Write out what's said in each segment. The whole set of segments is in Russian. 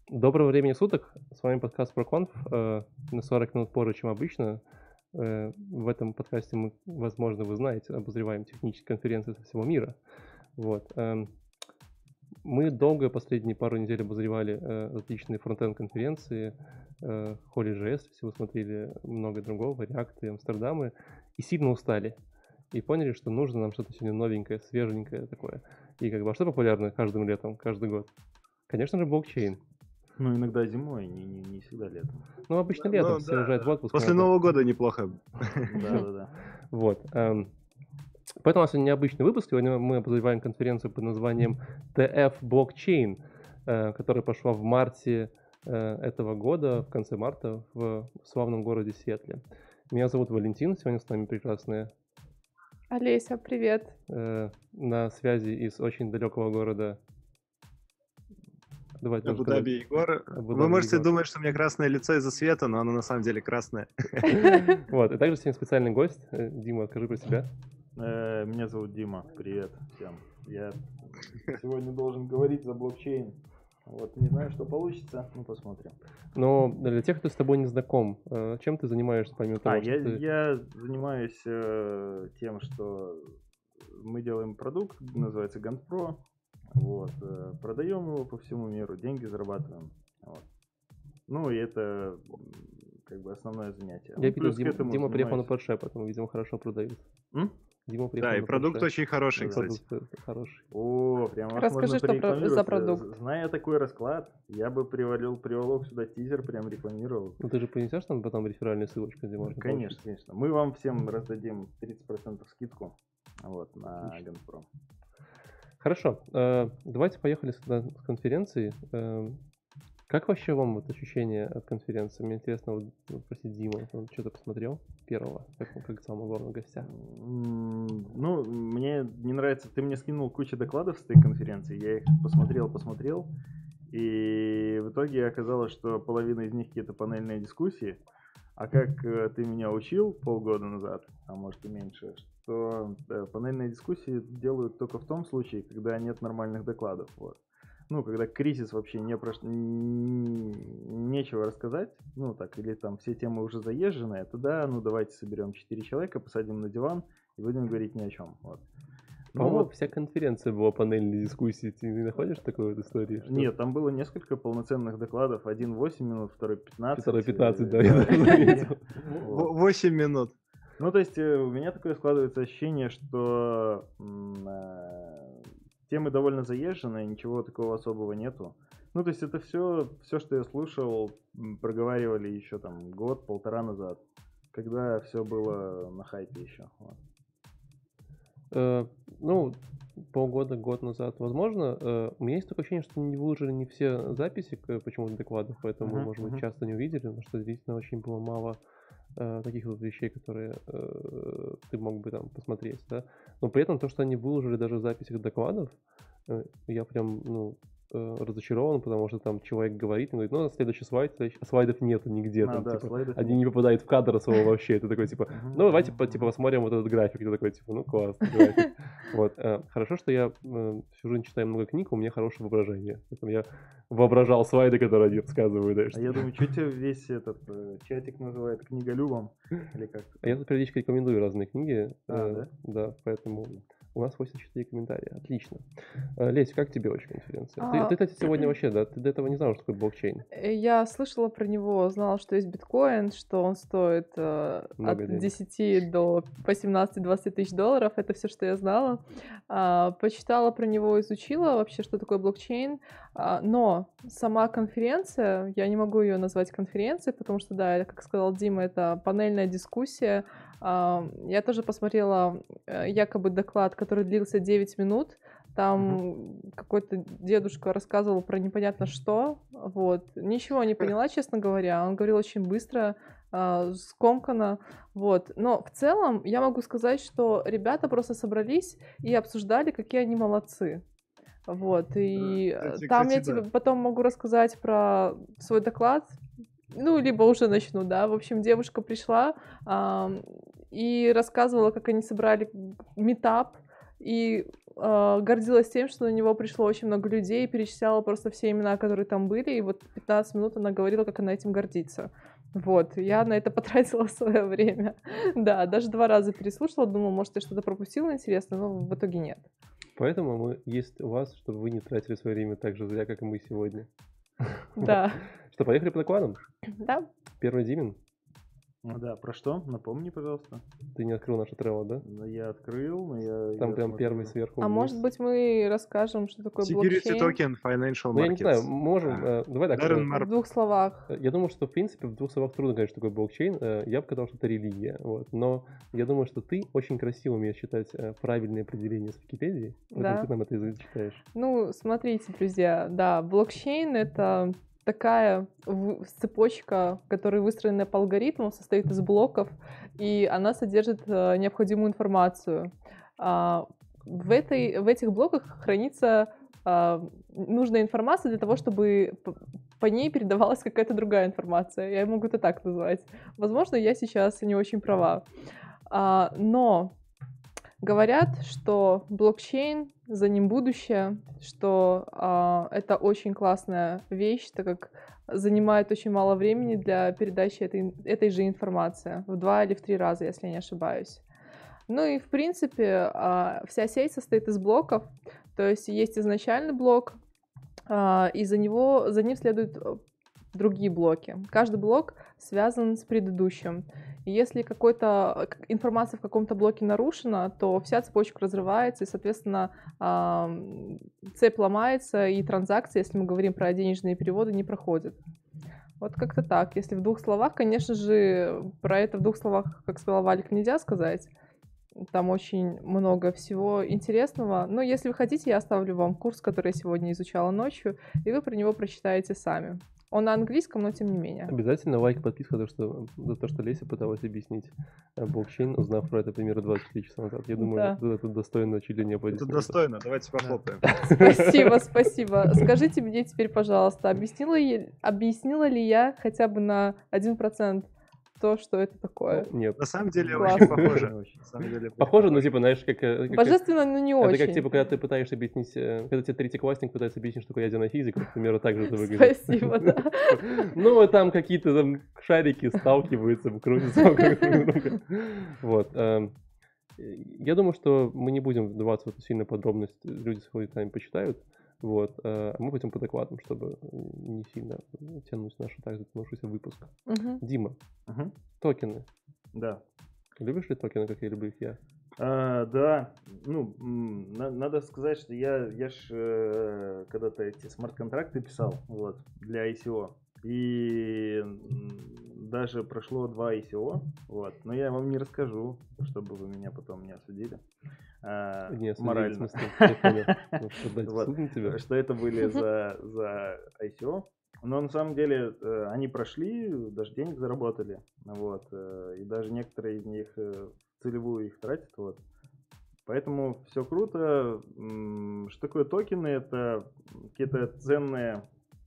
Доброго времени суток. С вами подкаст ProConf. На 40 минут позже, чем обычно. В этом подкасте мы, возможно, вы знаете, обозреваем технические конференции со всего мира. Вот. Мы долго последние пару недель обозревали различные фронтенд-конференции, Holy.js, всего смотрели много другого, React, Амстердамы, и сильно устали. И поняли, что нужно нам что-то сегодня новенькое, свеженькое такое. И а что популярно каждым летом, каждый год? Конечно же, блокчейн. Ну, иногда зимой, не всегда летом. Ну, обычно летом, все уезжают в отпуск. После Нового года неплохо. Да. Вот. Поэтому у нас сегодня необычный выпуск. Сегодня мы обозреваем конференцию под названием TF Blockchain, которая пошла в марте этого года, в конце марта, в славном городе Сиэтле. Меня зовут Валентин, сегодня с нами прекрасная Олеся, привет. На связи из очень далекого города. Абу-Даби Егор. Вы можете думать, что у меня красное лицо из-за света, но оно на самом деле красное. Вот, и также сегодня специальный гость. Дима, расскажи про себя. Меня зовут Дима, привет всем. Я сегодня должен говорить за блокчейн. Вот, не знаю, что получится, ну посмотрим. Но для тех, кто с тобой не знаком, чем ты занимаешься помимо того, что я занимаюсь тем, что мы делаем продукт, называется GantPro. Вот, продаем его по всему миру, деньги зарабатываем. Вот. Ну и это как бы основное занятие. Я видел, Дима приехал на Porsche, поэтому, видимо, хорошо продают. Дима приехал на и продукт очень хороший, кстати. Хороший. О, прям расскажи, что за продукт. Зная такой расклад, я бы приволок сюда тизер, прям рекламировал. Ну ты же понесешь там потом реферальную ссылочку, где можно Конечно, конечно. Мы вам всем раздадим 30% скидку вот, на GantPro. Хорошо, давайте поехали с конференции. Как вообще вам вот ощущение от конференции? Мне интересно спросить Дима, он что-то посмотрел первого, как самого главного гостя? Ну, мне не нравится, ты мне скинул кучу докладов с этой конференции, я их посмотрел, и в итоге оказалось, что половина из них какие-то панельные дискуссии, а как ты меня учил полгода назад, а может и меньше, что панельные дискуссии делают только в том случае, когда нет нормальных докладов. Вот. Ну, когда кризис вообще нечего рассказать, ну так, или там все темы уже заезженные, тогда, ну давайте соберем 4 человека, посадим на диван и будем говорить ни о чем. Вот. По-моему, вот вся конференция была панельной дискуссии. Ты не находишь такой вот истории? Что... Нет, там было несколько полноценных докладов. Один 8 минут, второй 15. Второй 15, да. 8 минут. Ну, то есть у меня такое складывается ощущение, что темы довольно заезженные, ничего такого особого нету. Ну, то есть это все, что я слушал, проговаривали еще там год-полтора назад, когда все было на хайпе еще. Вот. Ну, год назад, возможно. У меня есть такое ощущение, что не выложили не все записи почему-то докладов, поэтому, может быть, часто не увидели, потому что действительно очень было мало таких вот вещей, которые ты мог бы там посмотреть, да. Но при этом то, что они выложили даже в записях докладов, я прям, разочарован, потому что там человек говорит, и говорит, ну, следующий слайд, а слайдов нету нигде, там, да, типа, они не попадают в кадр особо вообще, это такой, типа, ну, давайте, типа, посмотрим вот этот график, ты такой, типа, ну, классный график, вот, хорошо, что я всю жизнь читаю много книг, у меня хорошее воображение, поэтому я воображал слайды, которые они рассказывают, да, я думаю, что тебе весь этот чатик называет книголюбом, или как? Я тут периодически рекомендую разные книги, да? Да, поэтому... У нас 84 комментария. Отлично. Лесь, как тебе вообще конференция? Ты, кстати, сегодня вообще, да? Ты до этого не знала, что такое блокчейн? Я слышала про него, знала, что есть биткоин, что он стоит от 10 до 18-20 тысяч долларов. Это все, что я знала. Почитала про него, изучила вообще, что такое блокчейн. Но сама конференция, я не могу ее назвать конференцией, потому что, да, как сказал Дима, это панельная дискуссия. Я тоже посмотрела якобы доклад, который длился 9 минут. Там какой-то дедушка рассказывал про непонятно что. Вот. Ничего не поняла, честно говоря. Он говорил очень быстро, скомканно. Вот. Но в целом я могу сказать, что ребята просто собрались и обсуждали, какие они молодцы. Вот. И там я тебе потом могу рассказать про свой доклад. Ну, либо уже начну, да. В общем, девушка пришла и рассказывала, как они собрали митап. И гордилась тем, что на него пришло очень много людей, перечисляла просто все имена, которые там были, и вот 15 минут она говорила, как она этим гордится. Вот, я на это потратила свое время. Да, даже 2 раза переслушала, думала, может, я что-то пропустила интересное, но в итоге нет. Поэтому мы есть у вас, чтобы вы не тратили свое время так же зря, как и мы сегодня. Да. Что, поехали по докладам? Да. Первый Димин. Да, про что? Напомни, пожалуйста. Ты не открыл наше Trello, да? Я открыл, но я... Там прям первый сверху А вниз. может быть, мы расскажем, что такое Security блокчейн? Token, Financial Markets. Ну, я не знаю, можем... Давай так. В 2 словах. Я думаю, что, в принципе, в 2 словах трудно говорить, что такое блокчейн. Я бы сказал, что это религия. Вот. Но я думаю, что ты очень красиво умеешь читать правильные определения с Википедии. Да. Ты нам это и зачитаешь. Ну, смотрите, друзья, да, блокчейн — это такая цепочка, которая выстроена по алгоритму, состоит из блоков, и она содержит необходимую информацию. В этих блоках хранится нужная информация для того, чтобы по ней передавалась какая-то другая информация. Я могу это так назвать. Возможно, я сейчас не очень права. Но говорят, что блокчейн, за ним будущее, что это очень классная вещь, так как занимает очень мало времени для передачи этой же информации. В 2 или в 3 раза, если я не ошибаюсь. Ну и, в принципе, вся сеть состоит из блоков. То есть есть изначальный блок, и за ним следуют другие блоки. Каждый блок связан с предыдущим. И если какая-то информация в каком-то блоке нарушена, то вся цепочка разрывается, и, соответственно, цепь ломается, и транзакции, если мы говорим про денежные переводы, не проходят. Вот как-то так. Если в 2 словах, конечно же, про это в 2 словах, как сказала Валик, нельзя сказать. Там очень много всего интересного. Но если вы хотите, я оставлю вам курс, который я сегодня изучала ночью, и вы про него прочитаете сами. Он на английском, но тем не менее. Обязательно лайк, подписка за то, что Леся пыталась объяснить блокчейн, узнав про это примерно 24 часа назад. Я думаю, это достойно чуть ли не аплодисментов. Это достойно, давайте похлопаем. Спасибо. Скажите мне теперь, пожалуйста, объяснила ли я хотя бы на 1% то, что это такое? Нет. На самом деле Классно. очень похоже. Похоже, но типа, знаешь, как... Божественно, но не очень. Это как, типа, когда ты пытаешься объяснить... Когда тебе третьеклассник пытается объяснить, что такое ядерная физика, к примеру, так же это выглядит. Спасибо, да. Ну, там какие-то там шарики сталкиваются, крутятся друг друга. Вот. Я думаю, что мы не будем вдаваться в эту сильную подробность. Люди свои сами почитают. Вот. Мы пойдем по докладам, чтобы не сильно тянуть наш так затянувшийся выпуск. Дима, токены. Да. Любишь ли токены, как я люблю их я? Да, ну, надо сказать, что я ж когда-то эти смарт-контракты писал, вот, для ICO. И даже прошло 2 ICO, вот, но я вам не расскажу, чтобы вы меня потом не осудили. Морально. Что это были за ICO. Но на самом деле они прошли, даже денег заработали, вот, и даже некоторые из них целевую их тратят, вот. Поэтому все круто. Что такое токены? Это какие-то ценные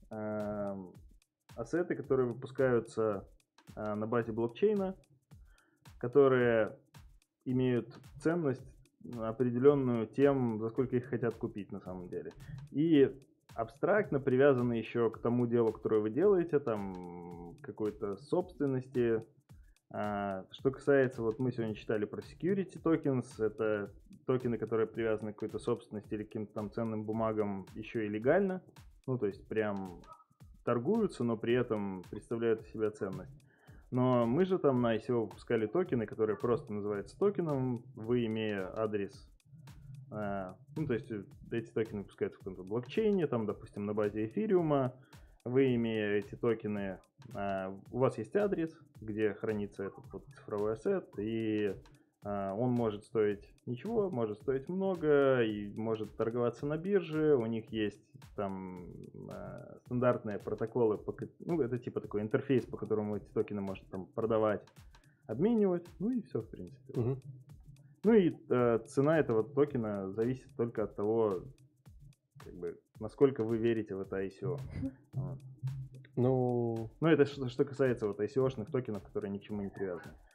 ассеты, которые выпускаются на базе блокчейна, которые имеют ценность определенную тем, за сколько их хотят купить на самом деле. И абстрактно привязаны еще к тому делу, которое вы делаете, там какой-то собственности. Что касается, вот мы сегодня читали про security tokens, это токены, которые привязаны к какой-то собственности или к каким-то там ценным бумагам еще и легально, ну то есть прям торгуются, но при этом представляют из себя ценность. Но мы же там на ICO выпускали токены, которые просто называются токеном, вы имея адрес, ну то есть эти токены выпускаются в каком-то блокчейне, там допустим на базе эфириума, вы имея эти токены, у вас есть адрес, где хранится этот вот цифровой ассет, и он может стоить ничего, может стоить много, и может торговаться на бирже, у них есть там стандартные протоколы, ну это типа такой интерфейс, по которому эти токены можно там продавать, обменивать, ну и все в принципе. Ну и цена этого токена зависит только от того, как бы, насколько вы верите в это ICO. Вот. Ну это что касается вот ICO-шных токенов, которые ни к чему не привязаны.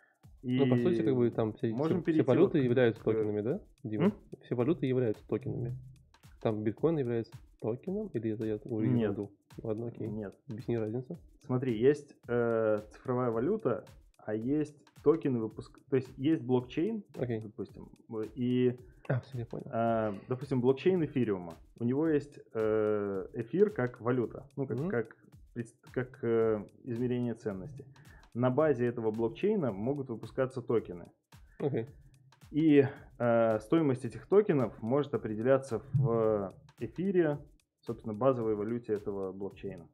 И Ну, по сути, как бы там все валюты являются токенами, да, Дима? Все валюты являются токенами. Там биткоин является токеном, или это я говорю ерунду? Ладно, окей. Нет. Объясни разницу. Смотри, есть цифровая валюта, а есть токены выпуска. То есть есть блокчейн, допустим, и все, я понял. Допустим, блокчейн эфириума. У него есть эфир как валюта, ну, как измерение ценности. На базе этого блокчейна могут выпускаться токены. И стоимость этих токенов может определяться в эфире, собственно, базовой валюте этого блокчейна.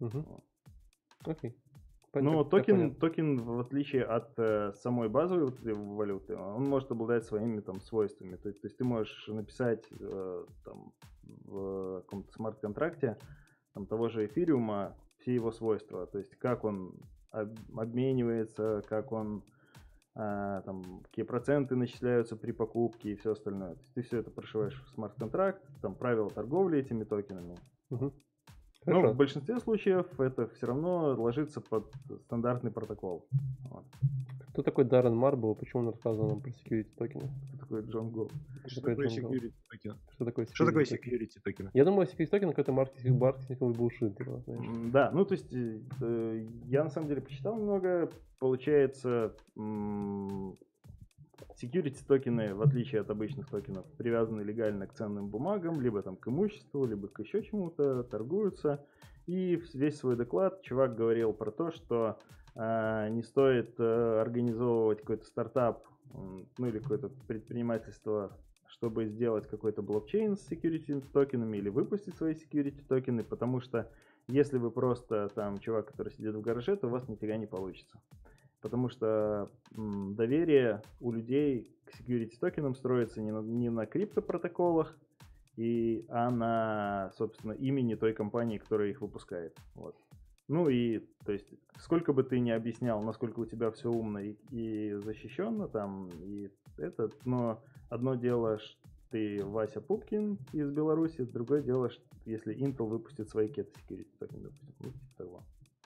Но токен, в отличие от самой базовой валюты, он может обладать своими там свойствами. То есть ты можешь написать там, в каком-то смарт-контракте там, того же эфириума все его свойства. То есть как он обменивается, как он там, какие проценты начисляются при покупке и все остальное. То есть ты все это прошиваешь в смарт-контракт, там правила торговли этими токенами. Но в большинстве случаев это все равно ложится под стандартный протокол. Вот. Кто такой Даррен Марбл? Почему он рассказывал нам про security токены? Кто такой Джон Гол? Что такое security токен? Что такое security токен? Я думаю, security токен какой-то маркетинговый булшит. Да, ну то есть я на самом деле почитал немного. Получается, security токены, в отличие от обычных токенов, привязаны легально к ценным бумагам, либо там к имуществу, либо к еще чему-то, торгуются. И весь свой доклад чувак говорил про то, что не стоит организовывать какой-то стартап, ну или какое-то предпринимательство, чтобы сделать какой-то блокчейн с security токенами или выпустить свои security токены, потому что если вы просто там чувак, который сидит в гараже, то у вас нифига не получится. Потому что доверие у людей к security токенам строится не на криптопротоколах, а на, собственно, имени той компании, которая их выпускает. Вот. Ну и, то есть, сколько бы ты ни объяснял, насколько у тебя все умно и защищенно там, и это, но одно дело, что ты Вася Пупкин из Беларуси, другое дело, что если Intel выпустит свои какие-то security токены, допустим, ну, типа того.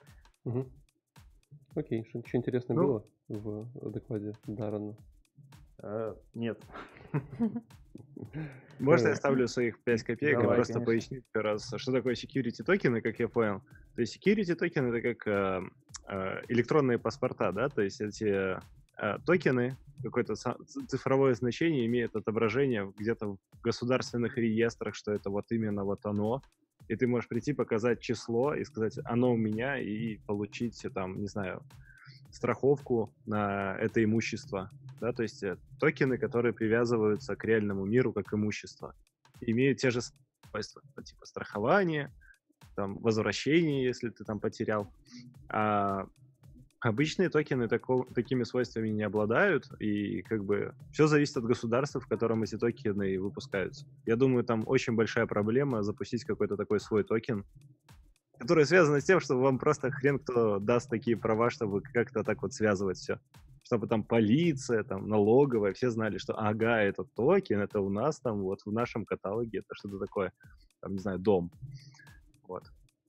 Окей, что-то еще интересное было в докладе Даррена? Нет. Можно я ставлю своих 5 копеек и просто поясню раз, что такое security токены, как я понял. То есть security токены это как электронные паспорта, да, то есть эти токены, какое-то цифровое значение имеют отображение где-то в государственных реестрах, что это вот именно вот оно. И ты можешь прийти, показать число и сказать, оно у меня, и получить, там, не знаю, страховку на это имущество. Да? То есть токены, которые привязываются к реальному миру как имущество, имеют те же свойства, типа страхование, там, возвращение, если ты там потерял. А обычные токены такими свойствами не обладают, и как бы все зависит от государства, в котором эти токены выпускаются. Я думаю, там очень большая проблема запустить какой-то такой свой токен, который связан с тем, что вам просто хрен кто даст такие права, чтобы как-то так вот связывать все. Чтобы там полиция, там налоговая, все знали, что ага, это токен, это у нас там вот в нашем каталоге, это что-то такое, там, не знаю, дом. Вот.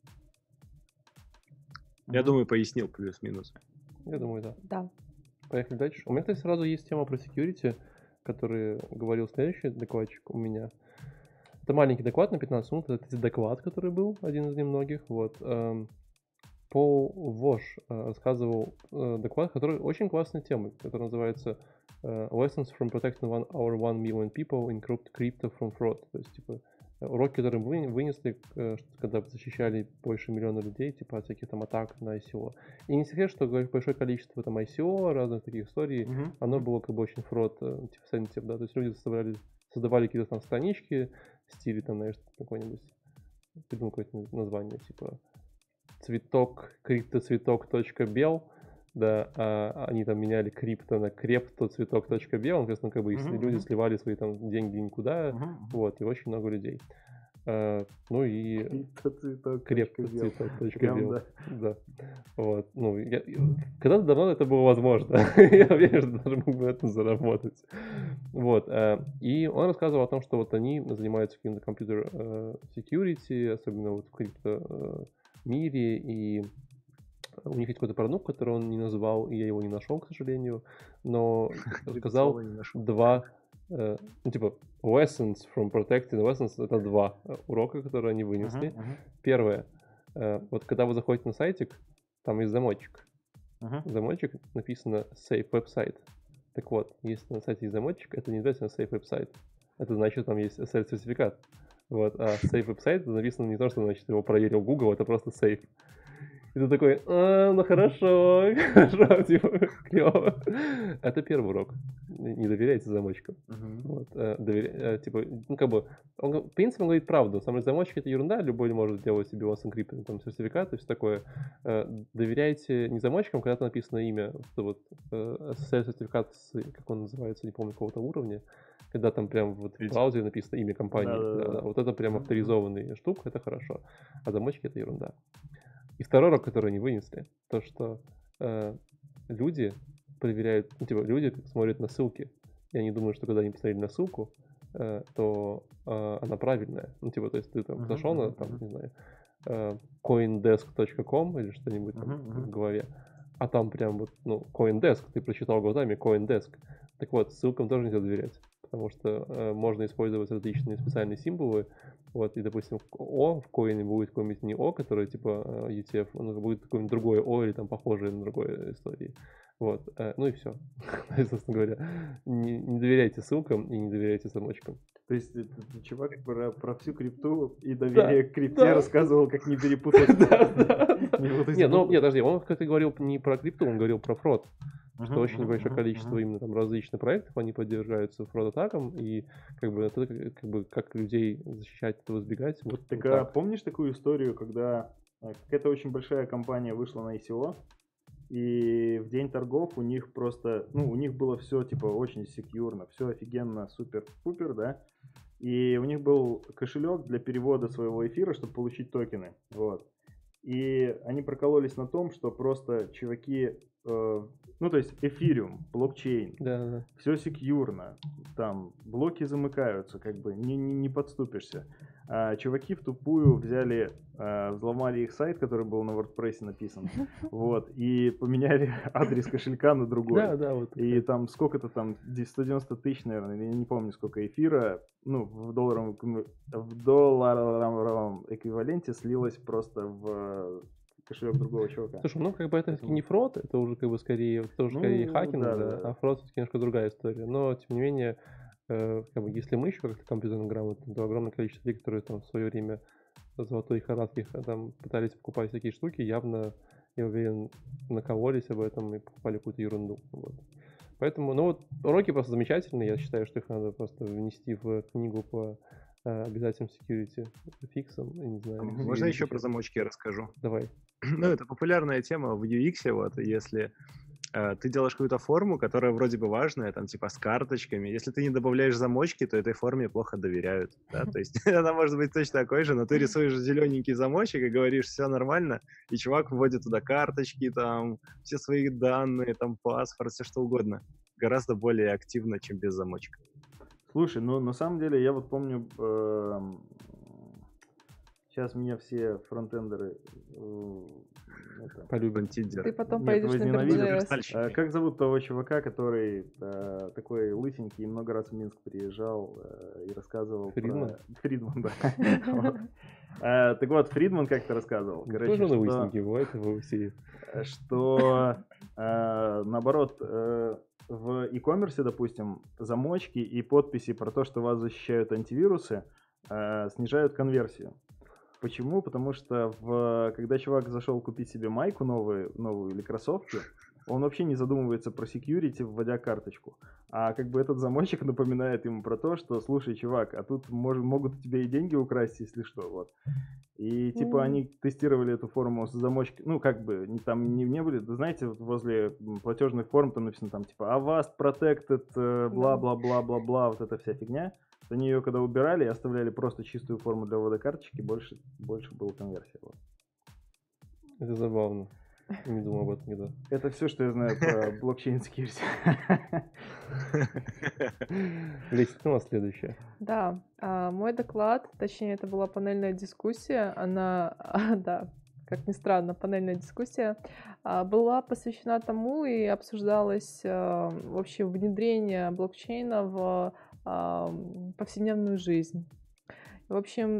Я думаю, пояснил плюс-минус. Я думаю, да. Да. Поехали дальше. У меня, кстати, сразу есть тема про security, который говорил следующий докладчик у меня. Это маленький доклад на 15 минут. Это доклад, который был, один из немногих. Вот. Пол Вош рассказывал доклад, который очень классной темой, который называется Lessons from protecting our 1 million people in crypto from fraud. То есть, типа, уроки, которые мы вынесли, когда защищали больше миллиона людей, типа, от всяких там атак на ICO. И не секрет, что большое количество там ICO, разных таких историй, оно было как бы очень фрод, типа, сенситив, да, то есть люди создавали какие-то там странички в стиле, там, знаешь, какой-нибудь, придумал какое-то название, типа, цветок, криптоцветок.бел, да, они там меняли крипто на крептоцветок.бел, соответственно, как бы люди сливали свои там деньги никуда, вот, и очень много людей. Ну и крептоцветок.бел, да, вот, ну, когда-то давно это было возможно, я уверен, что даже мог бы на этом заработать, вот, и он рассказывал о том, что вот они занимаются каким-то компьютер security, особенно вот в крипто мире, и у них есть какой-то продукт, который он не назвал, и я его не нашел, к сожалению, но сказал два, lessons from protecting lessons, это 2 урока, которые они вынесли. Первое, вот когда вы заходите на сайтик, там есть замочек. Замочек написано Safe Website. Так вот, если на сайте есть замочек, это не обязательно Safe Website. Это значит, там есть SSL-сертификат. Вот, а Safe Website, это написано не то, что значит его проверил Google, это просто Safe. И ты такой, ну хорошо, типа, клево. Это первый урок. Не доверяйте замочкам. Вот, типа, он, в принципе, он говорит правду. Самый замочек — это ерунда, любой может сделать себе у вас encrypted, там, сертификат и все такое. Доверяйте не замочкам, когда там написано имя, вот, SSL-сертификат, как он называется, не помню, какого-то уровня, когда там прям вот в браузере написано имя компании. Да. Вот это прям авторизованная штука, это хорошо. А замочки — это ерунда. И второй урок, который они вынесли, то, что люди проверяют, люди смотрят на ссылки, и они думают, что когда они посмотрели на ссылку, то она правильная. То есть ты там зашел на, там, не знаю, coindesk.com или что-нибудь там в голове, а там прям вот, CoinDesk, ты прочитал глазами CoinDesk. Так вот, ссылкам тоже нельзя доверять, потому что можно использовать различные специальные символы. Вот, и, допустим, О в коине будет какой-нибудь не О, который типа ETF, он будет какое-нибудь другое О или там похожее на другой истории. Вот, ну и все. Собственно говоря, не доверяйте ссылкам и не доверяйте замочкам. То есть чувак про всю крипту и доверие к крипте рассказывал, как не перепутать. Нет, подожди, он как-то говорил не про крипту, он говорил про фрод. Что очень большое количество именно там различных проектов, они подвергаются фрод-атакам, и как людей защищать, этого избегать. Так, помнишь такую историю, когда какая-то очень большая компания вышла на ICO, и в день торгов у них просто, у них было все типа очень секьюрно, все офигенно, супер-пупер, да, и у них был кошелек для перевода своего эфира, чтобы получить токены, вот. И они прокололись на том, что просто чуваки, то есть эфириум, блокчейн, все секьюрно, там блоки замыкаются, как бы не подступишься. А чуваки в тупую взяли, взломали их сайт, который был на WordPress написан, вот, и поменяли адрес кошелька на другой. И там сколько-то там, 190 тысяч, наверное, я не помню сколько эфира, в долларовом эквиваленте слилось просто в кошелек другого чувака. Слушай, это не фрод, это уже скорее хакинг, а фрод все-таки немножко другая история. Но, тем не менее, если мы еще как-то компьютерно грамотны, то огромное количество людей, которые там в свое время золотой лихорадки там пытались покупать всякие штуки, явно, я уверен, накололись об этом и покупали какую-то ерунду. Вот. Поэтому, уроки просто замечательные, я считаю, что их надо просто внести в книгу по обязательным security фиксам, я не знаю. Можно еще про замочки я расскажу? Давай. Это популярная тема в UX, вот, если ты делаешь какую-то форму, которая вроде бы важная, там, типа, с карточками. Если ты не добавляешь замочки, то этой форме плохо доверяют, да, то есть она может быть точно такой же, но ты рисуешь зелененький замочек и говоришь, все нормально, и чувак вводит туда карточки, там, все свои данные, там, паспорт, все что угодно. Гораздо более активно, чем без замочка. Слушай, на самом деле, я вот помню, сейчас меня все фронтендеры полюбят Тиндер. Ты потом поедешь на Next.js. Как зовут того чувака, который такой лысенький и много раз в Минск приезжал и рассказывал Фридман? Фридман, да. Так вот, Фридман как-то рассказывал. Тоже он лысенький бывает в России. Что, наоборот, в e-commerce, допустим, замочки и подписи про то, что вас защищают антивирусы, снижают конверсию. Почему? Потому что когда чувак зашел купить себе майку новую или кроссовки, он вообще не задумывается про security, вводя карточку. А как бы этот замочек напоминает ему про то, что, слушай, чувак, а тут могут у тебя и деньги украсть, если что, вот. И типа они тестировали эту форму с замочком, там не были, знаете, вот возле платежных форм там написано там типа Avast Protected, бла-бла-бла-бла-бла, вот эта вся фигня. Они ее когда убирали и оставляли просто чистую форму для ввода карточки, больше была конверсия. Вот. Это забавно. Не думал об этом никогда. Это все, что я знаю про блокчейн security. Леся, у нас следующее. Да, мой доклад, точнее, это была панельная дискуссия, она, как ни странно, панельная дискуссия, была посвящена тому и обсуждалось вообще внедрение блокчейна в повседневную жизнь. В общем,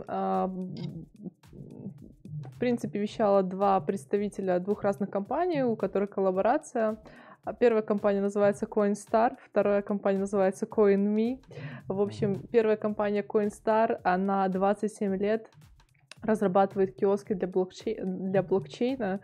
в принципе, вещало два представителя двух разных компаний, у которых коллаборация. Первая компания называется Coinstar, вторая компания называется CoinMe. В общем, первая компания Coinstar, она 27 лет разрабатывает киоски для блокчейна.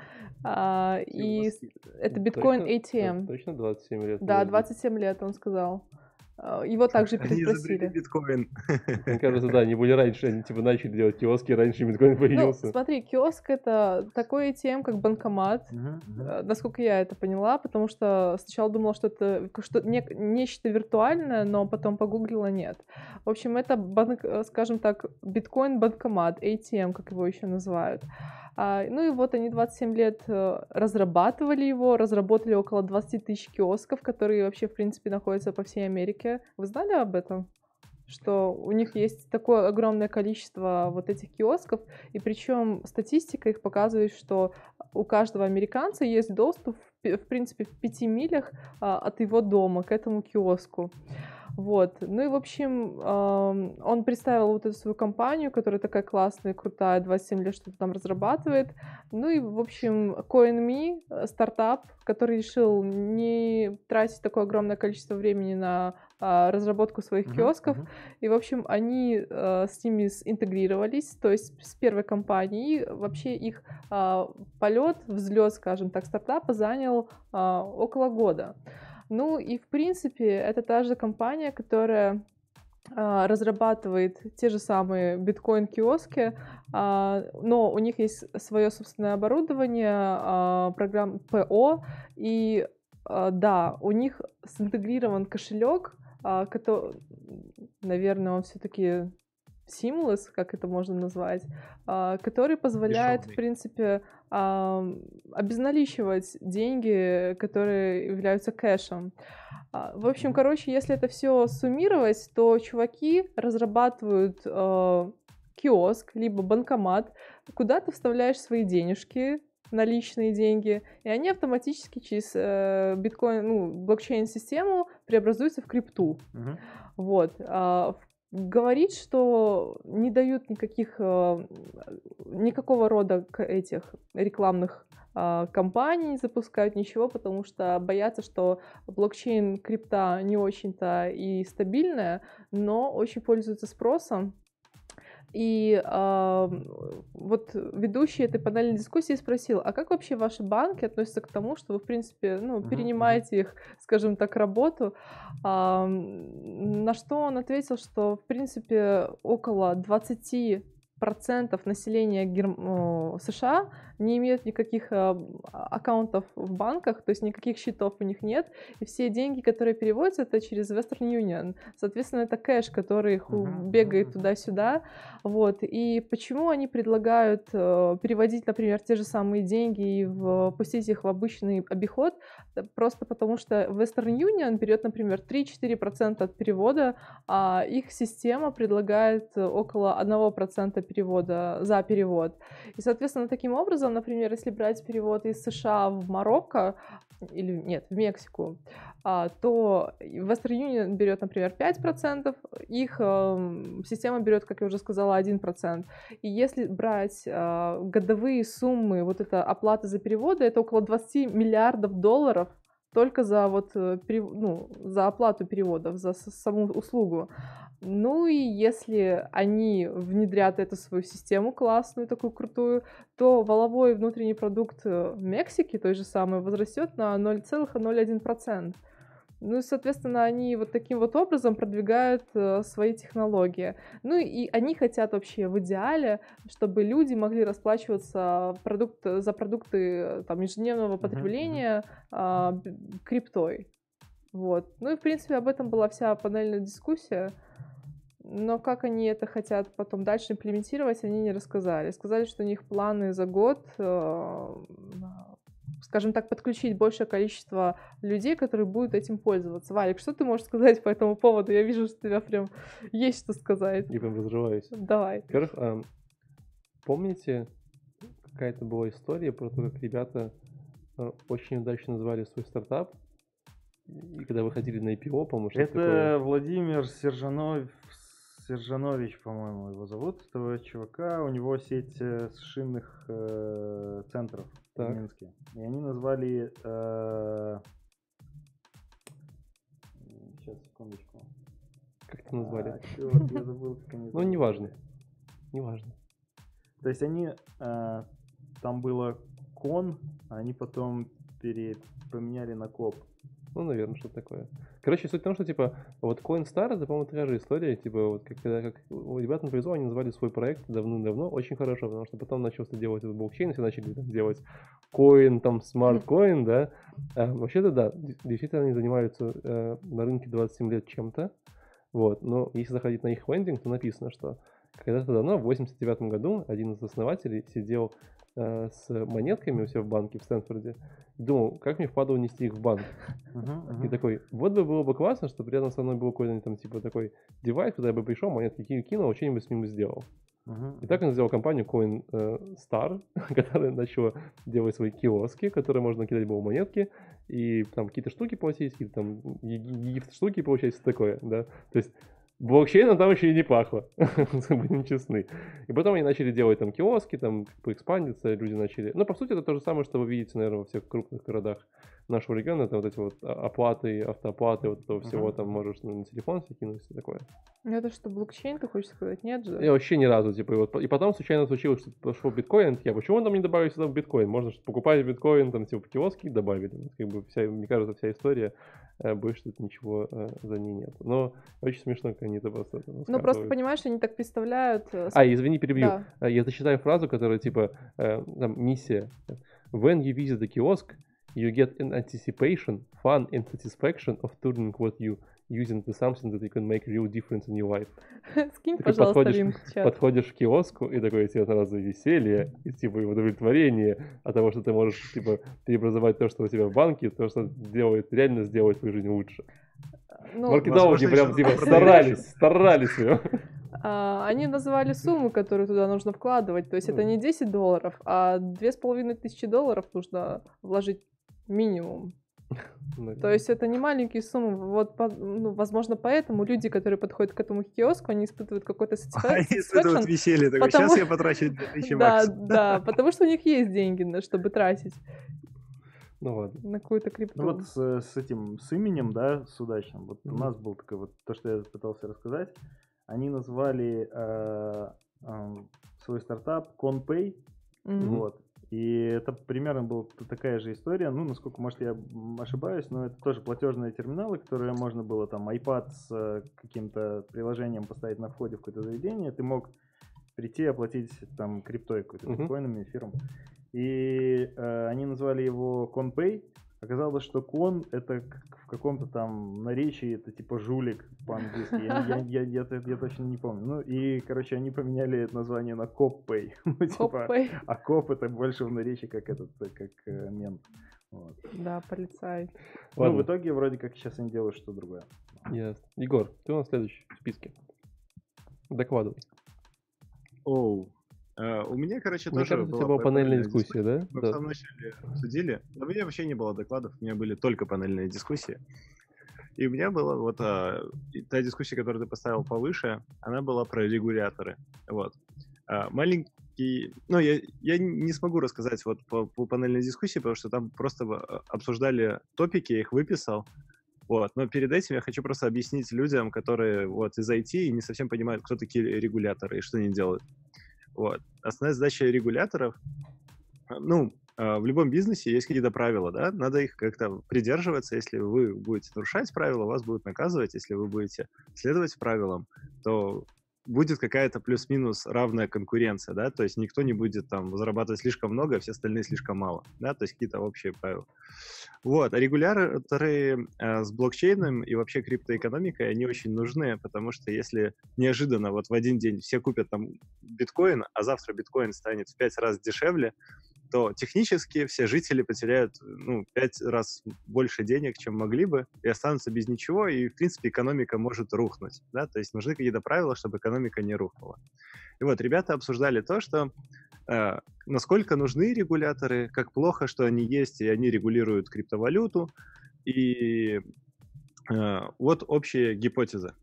И это биткоин ATM. Точно 27 лет? Да, 27 лет, он сказал. Его также переспросили. Биткоин. Мне кажется, да, они были раньше, они типа начали делать киоски, раньше биткоин появился. Ну, смотри, киоск — это такой ATM, как банкомат, насколько я это поняла, потому что сначала думала, что это нечто виртуальное, но потом погуглила, нет. В общем, это, скажем так, биткоин-банкомат, ATM, как его еще называют. Ну и вот они 27 лет разрабатывали его, разработали около 20 тысяч киосков, которые вообще, в принципе, находятся по всей Америке. Вы знали об этом? Что у них есть такое огромное количество вот этих киосков, и причем статистика их показывает, что у каждого американца есть доступ, в принципе, в 5 милях от его дома к этому киоску. Вот. Ну и, в общем, он представил вот эту свою компанию, которая такая классная, крутая, 27 лет что-то там разрабатывает. Ну и, в общем, CoinMe, стартап, который решил не тратить такое огромное количество времени на разработку своих киосков. И, в общем, они с ними интегрировались, то есть с первой компанией. И вообще их полет, взлет, скажем так, стартапа занял около года. Ну и, в принципе, это та же компания, которая разрабатывает те же самые биткоин-киоски, но у них есть свое собственное оборудование, программа ПО, и да, у них синтегрирован кошелек, который, наверное, он все-таки seamless, как это можно назвать, который позволяет, Бесшовный. в принципе, обезналичивать деньги, которые являются кэшем. В общем, короче, если это все суммировать, то чуваки разрабатывают киоск, либо банкомат, куда ты вставляешь свои денежки, наличные деньги, и они автоматически через биткоин, блокчейн-систему преобразуются в крипту. Вот. Говорит, что не дают никакого рода этих рекламных компаний, запускают ничего, потому что боятся, что блокчейн крипта не очень-то и стабильная, но очень пользуется спросом. И вот ведущий этой панельной дискуссии спросил, а как вообще ваши банки относятся к тому, что вы, в принципе, перенимаете их, скажем так, работу? На что он ответил, что, в принципе, около 20% населения США не имеют никаких аккаунтов в банках, то есть никаких счетов у них нет, и все деньги, которые переводятся, это через Western Union. Соответственно, это кэш, который бегает туда-сюда. Вот. И почему они предлагают переводить, например, те же самые деньги и пустить их в обычный обиход? Просто потому что Western Union берет, например, 3-4% от перевода, а их система предлагает около 1% перевода за перевод. И, соответственно, таким образом, например, если брать перевод из США в Марокко, или нет, в Мексику, то Western Union берет, например, 5%, их система берет, как я уже сказала, 1%. И если брать годовые суммы, вот эта оплата за переводы, это около 20 миллиардов долларов только за за оплату переводов, за саму услугу. Ну и если они внедрят эту свою систему классную, такую крутую, то валовой внутренний продукт Мексики, той же самой, возрастет на 0,01%. Ну и, соответственно, они вот таким вот образом продвигают свои технологии. Ну и они хотят вообще в идеале, чтобы люди могли расплачиваться за продукты там, ежедневного потребления криптой. Вот. Ну и, в принципе, об этом была вся панельная дискуссия. Но как они это хотят потом дальше имплементировать, они не рассказали. Сказали, что у них планы за год, скажем так, подключить большее количество людей, которые будут этим пользоваться. Валик, что ты можешь сказать по этому поводу? Я вижу, что у тебя прям есть что сказать. Я прям разрываюсь. Давай. Во-первых, помните, какая-то была история про то, как ребята очень удачно назвали свой стартап. И когда выходили на IPO, по-моему, что-то Это такое. Владимир Сержанович, по-моему, его зовут, этого чувака. У него сеть шинных центров в Минске. И они назвали... Сейчас, секундочку. Как это назвали? Черт, я забыл, как они Ну, неважно. То есть они... Там было кон, а они потом поменяли на коп. Ну, наверное, что-то такое. Короче, суть в том, что, типа, вот Coinstar, это, по-моему, такая же история, типа, вот, как у ребят на повезло, они назвали свой проект давно очень хорошо, потому что потом начался делать этот блокчейн, все начали там, делать коин, там, смарт-коин, да. Вообще-то, да, действительно, они занимаются на рынке 27 лет чем-то, вот, но если заходить на их лендинг, то написано, что когда-то давно, в 89 году, один из основателей сидел с монетками у себя в банке в Стэнфорде и думал, как мне впадло нести их в банк. И такой, вот бы было бы классно, чтобы рядом со мной был какой-нибудь там типа такой девайс, куда я бы пришел, монетки кинул, что-нибудь с ним сделал. И так он сделал компанию Coinstar, которая начала делать свои киоски, которые можно кидать было монетки, и там какие-то штуки платить, какие-то там штуки получать, все такое, да. То есть блокчейном там еще и не пахло, будем честны. И потом они начали делать там киоски, там как бы экспандиться, люди начали... Ну, по сути, это то же самое, что вы видите, наверное, во всех крупных городах нашего региона. Это вот эти вот оплаты, автооплаты, вот этого всего там можешь на телефон себе кинуть, все такое. Это что, блокчейн, ты хочешь сказать? Нет же? Я вообще ни разу, типа, и потом случайно случилось, что пошел биткоин, почему там не добавили сюда биткоин? Можно покупать биткоин, там, типа, киоски добавили. Как бы мне кажется, вся история, больше тут ничего за ней нет. Но очень смешно, как они это просто... Ну, просто, понимаешь, они так представляют... Извини, перебью. Да. Я зачитаю фразу, которая, типа, там, миссия. When you visit the kiosk, you get an anticipation, fun and satisfaction of turning what you using to something that you can make real difference in your life. Скинь, пожалуйста, линк в чат. Подходишь к киоску, и такое тебе сразу веселье, и типа и удовлетворение от того, что ты можешь типа преобразовать то, что у тебя в банке, то, что реально сделать твою жизнь лучше. Маркетологи прям типа старались прям. Они назвали сумму, которую туда нужно вкладывать. То есть это не $10, а $2500 нужно вложить минимум. То есть это не маленькие суммы. Вот, возможно, поэтому люди, которые подходят к этому киоску, они испытывают какой-то satisfaction. Они испытывают веселье. Сейчас я потрачу 2000 максимум. Да, потому что у них есть деньги, чтобы тратить. Ну ладно. На какую-то крипту. Ну вот с именем, да, с удачным. Вот у нас был такой вот, то, что я пытался рассказать. Они назвали свой стартап ConPay. Вот. И это примерно была такая же история. Ну, насколько, может, я ошибаюсь, но это тоже платежные терминалы, которые можно было там iPad с каким-то приложением поставить на входе в какое-то заведение. Ты мог прийти оплатить там криптой какой-то, биткоинами, эфиром. И они назвали его ConPay. Оказалось, что кон это в каком-то там наречии, это типа жулик по-английски. Я точно не помню. Ну и, короче, они поменяли название на CopPay. А коп это больше в наречии как мент. Вот. Да, полицай. Ну, в итоге, вроде как сейчас они делают что-то другое. Ясно. Егор, ты у нас следующий в списке. Докладывай. У меня, короче, Мне тоже кажется, была панельная дискуссия, да? Мы в самом начале обсудили. Но у меня вообще не было докладов, у меня были только панельные дискуссии. И у меня была вот та дискуссия, которую ты поставил повыше, она была про регуляторы. Вот. Маленький... Ну, я не смогу рассказать вот по панельной дискуссии, потому что там просто обсуждали топики, я их выписал. Вот. Но перед этим я хочу просто объяснить людям, которые вот из IT и не совсем понимают, кто такие регуляторы и что они делают. Вот. Основная задача регуляторов, в любом бизнесе есть какие-то правила, да, надо их как-то придерживаться. Если вы будете нарушать правила, вас будут наказывать. Если вы будете следовать правилам, то будет какая-то плюс-минус равная конкуренция, да, то есть никто не будет там зарабатывать слишком много, а все остальные слишком мало, да, то есть какие-то общие правила. Вот, а регуляторы с блокчейном и вообще криптоэкономикой, они очень нужны, потому что если неожиданно вот в один день все купят там биткоин, а завтра биткоин станет в 5 раз дешевле, то технически все жители потеряют 5 раз больше денег, чем могли бы, и останутся без ничего, и, в принципе, экономика может рухнуть. Да? То есть нужны какие-то правила, чтобы экономика не рухнула. И вот ребята обсуждали то, что насколько нужны регуляторы, как плохо, что они есть, и они регулируют криптовалюту. И вот общая гипотеза.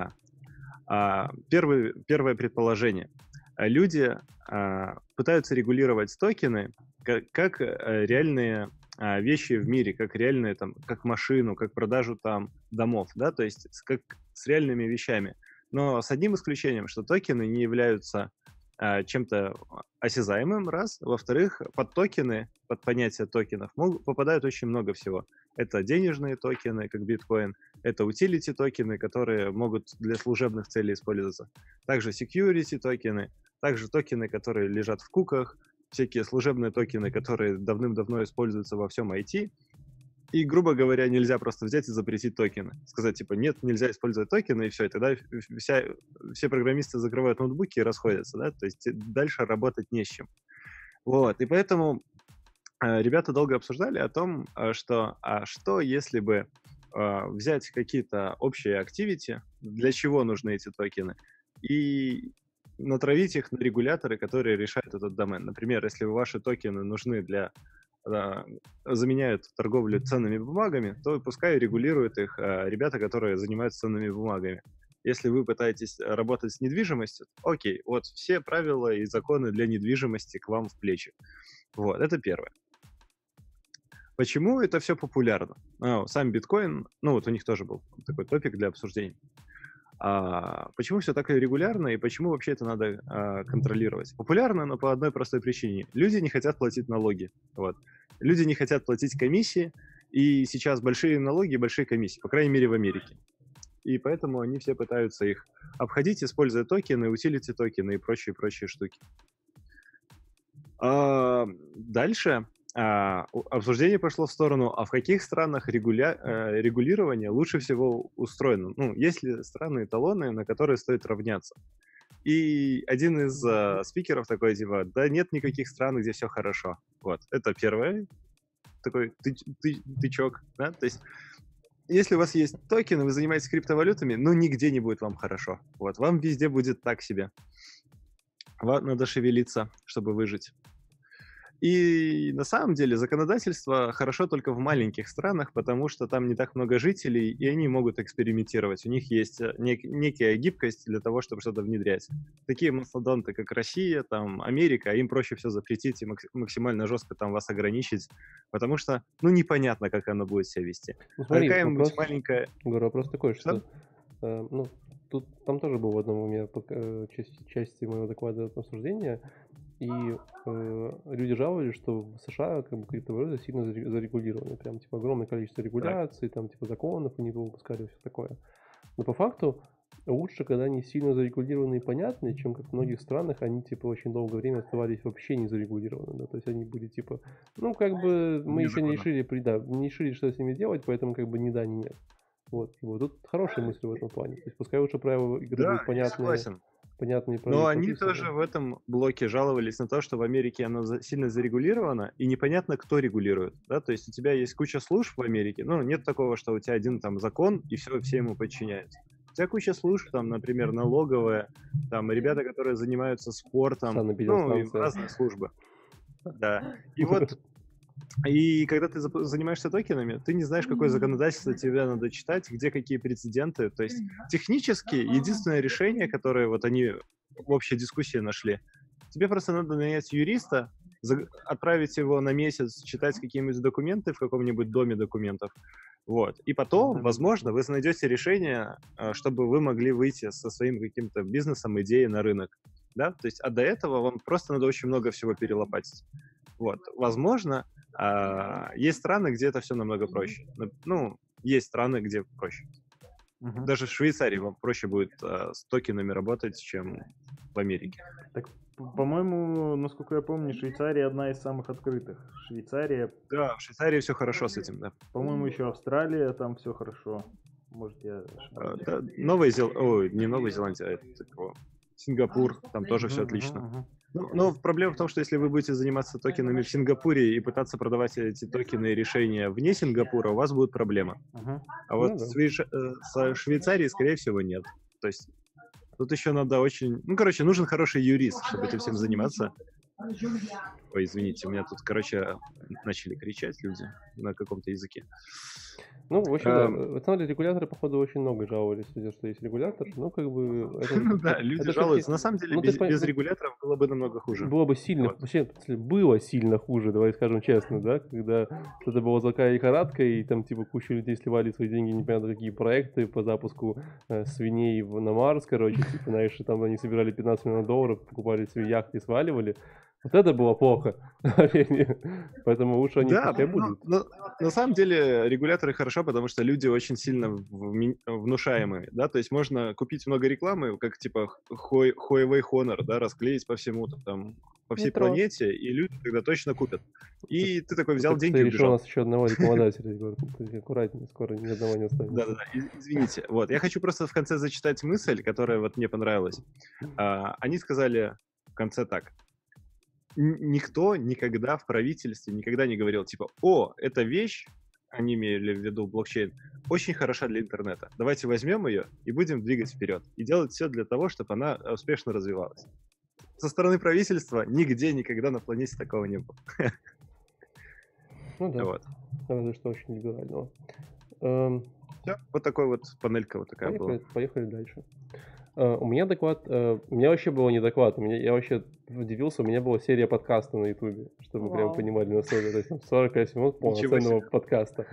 Первое предположение. Люди пытаются регулировать токены как реальные вещи в мире, как реальные, там, как машину, как продажу там домов, да, то есть как с реальными вещами. Но с одним исключением, что токены не являются чем-то осязаемым, раз. Во-вторых, под токены, под понятие токенов попадают очень много всего. Это денежные токены, как биткоин, это utility токены, которые могут для служебных целей использоваться. Также security токены, также токены, которые лежат в куках, всякие служебные токены, которые давным-давно используются во всем IT. И, грубо говоря, нельзя просто взять и запретить токены. Сказать, типа, нет, нельзя использовать токены, и все. И тогда все программисты закрывают ноутбуки и расходятся, да? То есть дальше работать не с чем. Вот. И поэтому ребята долго обсуждали о том, что если бы взять какие-то общие активити, для чего нужны эти токены, и натравить их на регуляторы, которые решают этот домен. Например, если ваши токены нужны заменяют торговлю ценными бумагами, то пускай регулируют их ребята, которые занимаются ценными бумагами. Если вы пытаетесь работать с недвижимостью, окей, вот все правила и законы для недвижимости к вам в плечи. Вот, это первое. Почему это все популярно? Сам биткоин, вот у них тоже был такой топик для обсуждения. Почему все так регулярно и почему вообще это надо контролировать? Популярно, но по одной простой причине. Люди не хотят платить налоги. Вот. Люди не хотят платить комиссии, и сейчас большие налоги и большие комиссии, по крайней мере в Америке. И поэтому они все пытаются их обходить, используя токены, utility токены и прочие штуки. Дальше обсуждение пошло в сторону, в каких странах регулирование лучше всего устроено. Есть ли страны-эталоны, на которые стоит равняться? И один из спикеров такой, типа, да нет никаких стран, где все хорошо. Вот, это первый такой тычок, да, то есть если у вас есть токены, вы занимаетесь криптовалютами, нигде не будет вам хорошо. Вот, вам везде будет так себе. Вам надо шевелиться, чтобы выжить. И на самом деле законодательство хорошо только в маленьких странах, потому что там не так много жителей, и они могут экспериментировать. У них есть некая гибкость для того, чтобы что-то внедрять. Такие мастодонты, как Россия, там, Америка, им проще все запретить и максимально жестко там вас ограничить, потому что, непонятно, как оно будет себя вести. Смотри, какая-нибудь маленькая... Вопрос такой, что... Тут там тоже был в одном у меня части моего доклада обсуждения, и люди жаловались, что в США криптовалюта сильно зарегулирована. Прям огромное количество регуляций, там законов они выпускали, все такое. Но по факту лучше, когда они сильно зарегулированы и понятны, чем как в многих странах они очень долгое время оставались вообще не зарегулированы. Да? То есть они были мы еще не решили, что с ними делать, поэтому ни да, ни нет. Вот. Тут хорошая мысль в этом плане. То есть пускай лучше правила игры будут понятные. Но они тоже в этом блоке жаловались на то, что в Америке оно сильно зарегулировано, и непонятно, кто регулирует. Да? То есть у тебя есть куча служб в Америке, нет такого, что у тебя один закон, и все ему подчиняются. У тебя куча служб, например, налоговая, ребята, которые занимаются спортом, и разные службы. Да. И когда ты занимаешься токенами, ты не знаешь, какое законодательство тебе надо читать, где какие прецеденты. То есть технически единственное решение, которое они в общей дискуссии нашли, тебе просто надо нанять юриста, отправить его на месяц читать какие-нибудь документы в каком-нибудь доме документов. Вот. И потом, возможно, вы найдете решение, чтобы вы могли выйти со своим каким-то бизнесом, идеей на рынок. Да? То есть, до этого вам просто надо очень много всего перелопатить. Вот. Возможно, есть страны, где это все намного проще. Есть страны, где проще. Даже в Швейцарии вам проще будет с токенами работать, чем в Америке. Так, по-моему, насколько я помню, Швейцария одна из самых открытых. Да, в Швейцарии все хорошо с этим, да. По-моему, еще Австралия, там все хорошо. Может, я ошибаюсь. Не Новая Зеландия, а Сингапур, там тоже все отлично. Но проблема в том, что если вы будете заниматься токенами в Сингапуре и пытаться продавать эти токены и решения вне Сингапура, у вас будут проблемы. А вот со Швейцарией, скорее всего, нет. То есть тут еще надо очень... нужен хороший юрист, чтобы этим всем заниматься. Ой, извините, у меня тут, начали кричать люди на каком-то языке. Ну, в общем, да, на самом деле регуляторы, походу, очень много жаловались, что есть регулятор. Да, люди жалуются. На самом деле, без регуляторов было бы намного хуже. Было бы сильно, было сильно хуже, давай скажем честно, да, когда это была такая лихорадка, и там, типа, куча людей сливали свои деньги, непонятно какие проекты по запуску свиней на Марс, типа, знаешь, там они собирали $15 миллионов, покупали себе яхты и сваливали. Вот это было плохо, поэтому лучше они пускай будут. На самом деле регуляторы хорошо, потому что люди очень сильно внушаемые, да, то есть можно купить много рекламы, как типа Huawei Honor, да, расклеить по всему, там, по всей планете, и люди тогда точно купят. И ты такой взял деньги и убежал. У нас еще одного рекламодателя, Егор, аккуратнее, скоро ни одного не останется. Да-да-да, извините. Вот, я хочу просто в конце зачитать мысль, которая вот мне понравилась. Они сказали в конце так. Никто никогда в правительстве никогда не говорил, типа, эта вещь, они имели в виду блокчейн, очень хороша для интернета. Давайте возьмем ее и будем двигать вперед. И делать все для того, чтобы она успешно развивалась. Со стороны правительства нигде никогда на планете такого не было. Ну да, разве что очень либерального. Все, вот такой вот панелька вот такая была. Поехали дальше. У меня доклад, у меня вообще было не доклад, я вообще удивился, у меня была серия подкаста на Ютубе, чтобы вы прям понимали, насколько, то есть там 45 минут полноценного подкаста.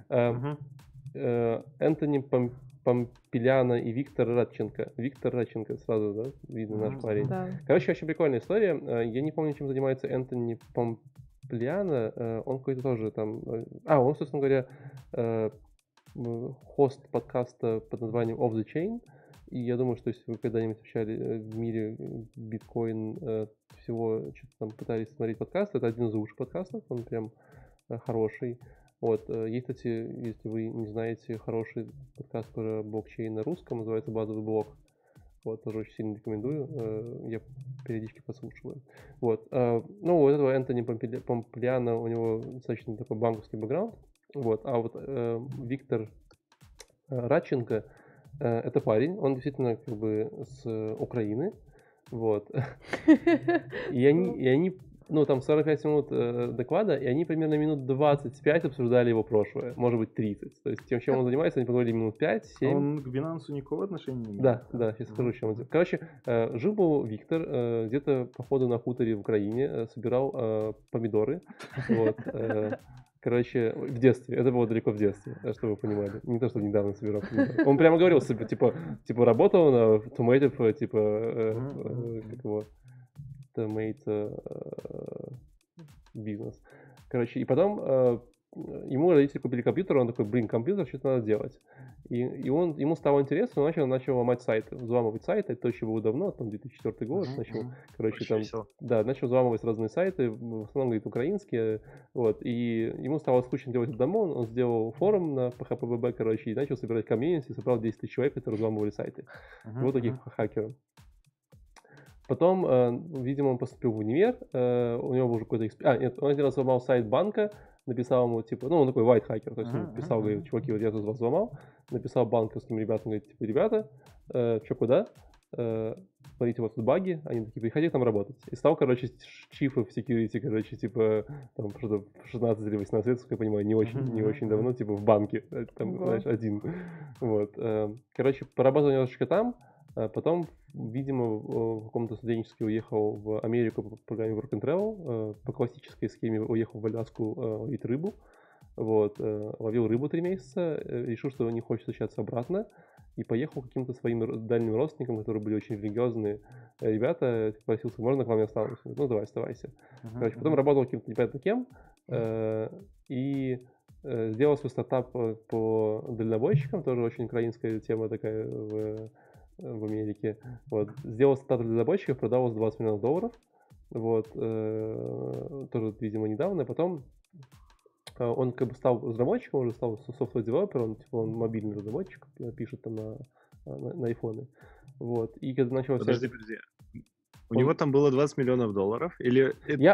Энтони Помпиляно и Виктор Радченко. Виктор Радченко, сразу, да, видно наш парень. Да. Короче, очень прикольная история. Я не помню, чем занимается Энтони Помпиляно. Он какой-то тоже там... он, собственно говоря, хост подкаста под названием Off the Chain. И я думаю, что если вы когда-нибудь общали в мире биткоин, всего что-то там пытались смотреть подкасты, это один из лучших подкастов, он прям хороший. Вот, есть, кстати, если вы не знаете, хороший подкаст про блокчейн на русском, называется «Базовый блок». Вот, тоже очень сильно рекомендую, я периодически послушиваю. Вот, у этого Энтони Помпиляно, у него достаточно такой банковский бэкграунд, вот, а вот Виктор Радченко, это парень, он действительно как бы с Украины, вот, и они, там 45 минут доклада, и они примерно минут 25 обсуждали его прошлое, может быть 30, то есть тем, чем он занимается, они поговорили минут 5-7. А он к Binance никакого отношения не имеет? Да, сейчас скажу, чем он делает. Короче, жил был Виктор где-то, походу, на хуторе в Украине, собирал помидоры, вот, короче, в детстве, это было далеко в детстве, чтобы вы понимали, не то, что недавно собирал помидоры. Он прямо говорил себе, типа работал на Tomato, как его, Tomato бизнес. Короче, и потом ему родители купили компьютер, он такой, компьютер, что-то надо делать. И ему стало интересно, он начал ломать сайты, взламывать сайты, это еще было давно, там 2004 год, начал взламывать разные сайты, в основном, говорит, украинские, вот, и ему стало скучно делать это дома, он сделал форум на PHPBB, короче, и начал собирать комьюнити, собрал 10 тысяч человек, которые взламывали сайты, вот таких хакеров. Потом, видимо, он поступил в универ, у него был уже какой-то он один раз взломал сайт банка, написал ему, типа, он такой white hacker, то есть он писал, говорит, чуваки, вот я тут вас взломал, написал банковским ребятам, говорит, типа, ребята, что куда, смотрите, у вас тут баги, они такие, приходи к нам работать. И стал, короче, чифом в security, короче, типа, там, что-то в 16 или 18 лет, как я понимаю, не очень давно, типа, в банке, там, знаешь, один. Вот, короче, поработал немножечко там, потом, видимо, в каком-то студенчестве уехал в Америку по программе Work and Travel, по классической схеме уехал в Аляску ловить рыбу, вот, ловил рыбу 3 месяца, решил, что не хочет возвращаться обратно, и поехал к каким-то своим дальним родственникам, которые были очень религиозные ребята, спросился, можно к вам я останусь? Ну, давай, оставайся. Короче, потом работал каким-то непонятно кем, и сделал свой стартап по дальнобойщикам, тоже очень украинская тема такая в Америке. Вот. Сделал стартап для дальнобойщиков, продал за $20 миллионов, вот, тоже, видимо, недавно, потом он как бы стал разработчиком, уже стал software-девелопером, он мобильный разработчик, пишет там на айфоны. Вот. И когда начал... Подожди. У него там было 20 миллионов долларов? Или я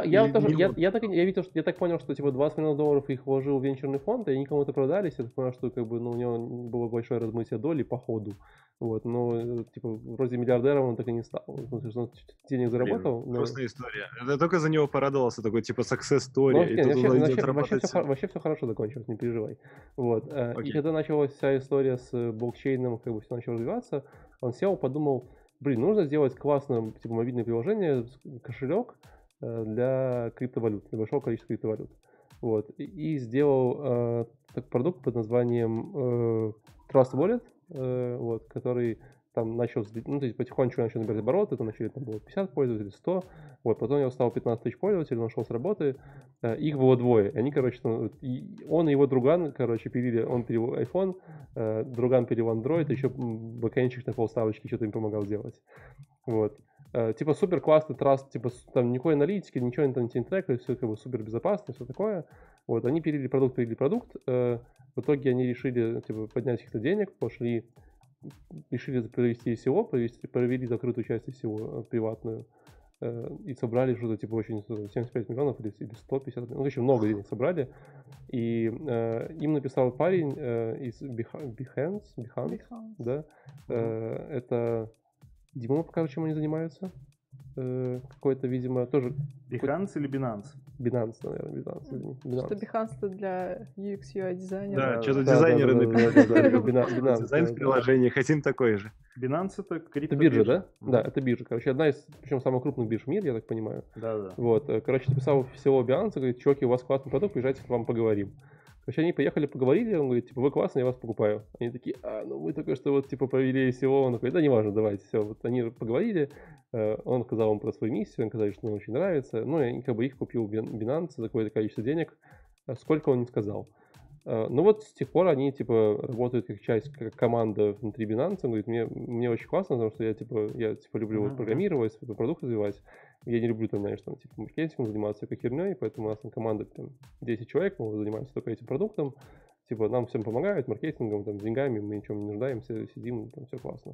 так понял, что типа 20 миллионов долларов их вложил в венчурный фонд, и они кому-то продались. Я так понял, что как бы, ну, у него было большое размытие доли по ходу. Вот, но типа вроде миллиардером он так и не стал. Ну, то есть он денег заработал. Грустная история. Я только за него порадовался, такой типа success story. И тут он идет работать. Вообще все хорошо закончилось, не переживай. Вот. И когда началась вся история с блокчейном, как бы все начало развиваться, он сел, подумал, блин, нужно сделать классное типа мобильное приложение, кошелек для криптовалют, для большого количества криптовалют. Вот. И сделал продукт под названием Trust Wallet, вот, который там начал, ну, то есть потихонечку начал набирать обороты, там начали, там было 50 пользователей, 100, вот, потом у него стало 15 тысяч пользователей, он шел с работы, их было двое, они, короче, он и его друган, короче, пилили, он пилил iPhone, друган пилил Android, еще бэкэндчик на полставочки что-то им помогал делать, вот. Типа супер классный траст, типа там никакой аналитики, ничего не трекали, все как бы супер безопасно, все такое. Вот, они пилили продукт. В итоге они решили типа поднять каких-то денег, решили провести ICO, провели закрытую часть ICO приватную и собрали что-то типа очень 75 миллионов или 150 миллионов, ну, очень много денег собрали. И им написал парень из Behance, да, это Дима, покажи, чем они занимаются. Какой-то, видимо, тоже... Behance или Binance? Binance, наверное, Binance. Что Behance это для UX, UI дизайнера. Да, что-то дизайнеры написали. Дизайн в приложении, хотим такой же. Binance это криптобиржа. Это биржа, да? Да, это биржа. Короче, одна из, причем самых крупных бирж в мире, я так понимаю. Да. Вот, короче, написал всего Binance, говорит, чуваки, у вас классный продукт, приезжайте, к вам поговорим. Короче, они поехали, поговорили, он говорит, типа, вы классные, я вас покупаю. Они такие, ну мы только что вот, типа, провели ICO, он такой, да не важно, давайте, все. Вот они поговорили, он сказал им про свою миссию, он сказал, что ему очень нравится, ну, и как бы их купил Binance за какое-то количество денег, сколько он не сказал. Ну вот с тех пор они, типа, работают как часть, как команда внутри Binance. Он говорит, мне очень классно, потому что я люблю вот программировать, свой продукт развивать. Я не люблю, там, знаешь, там, типа, маркетингом заниматься всякой херней, поэтому у нас там команда, там, 10 человек, мы занимаемся только этим продуктом. Типа, нам всем помогают, маркетингом, там, деньгами, мы ничем не нуждаемся, сидим, там, все классно.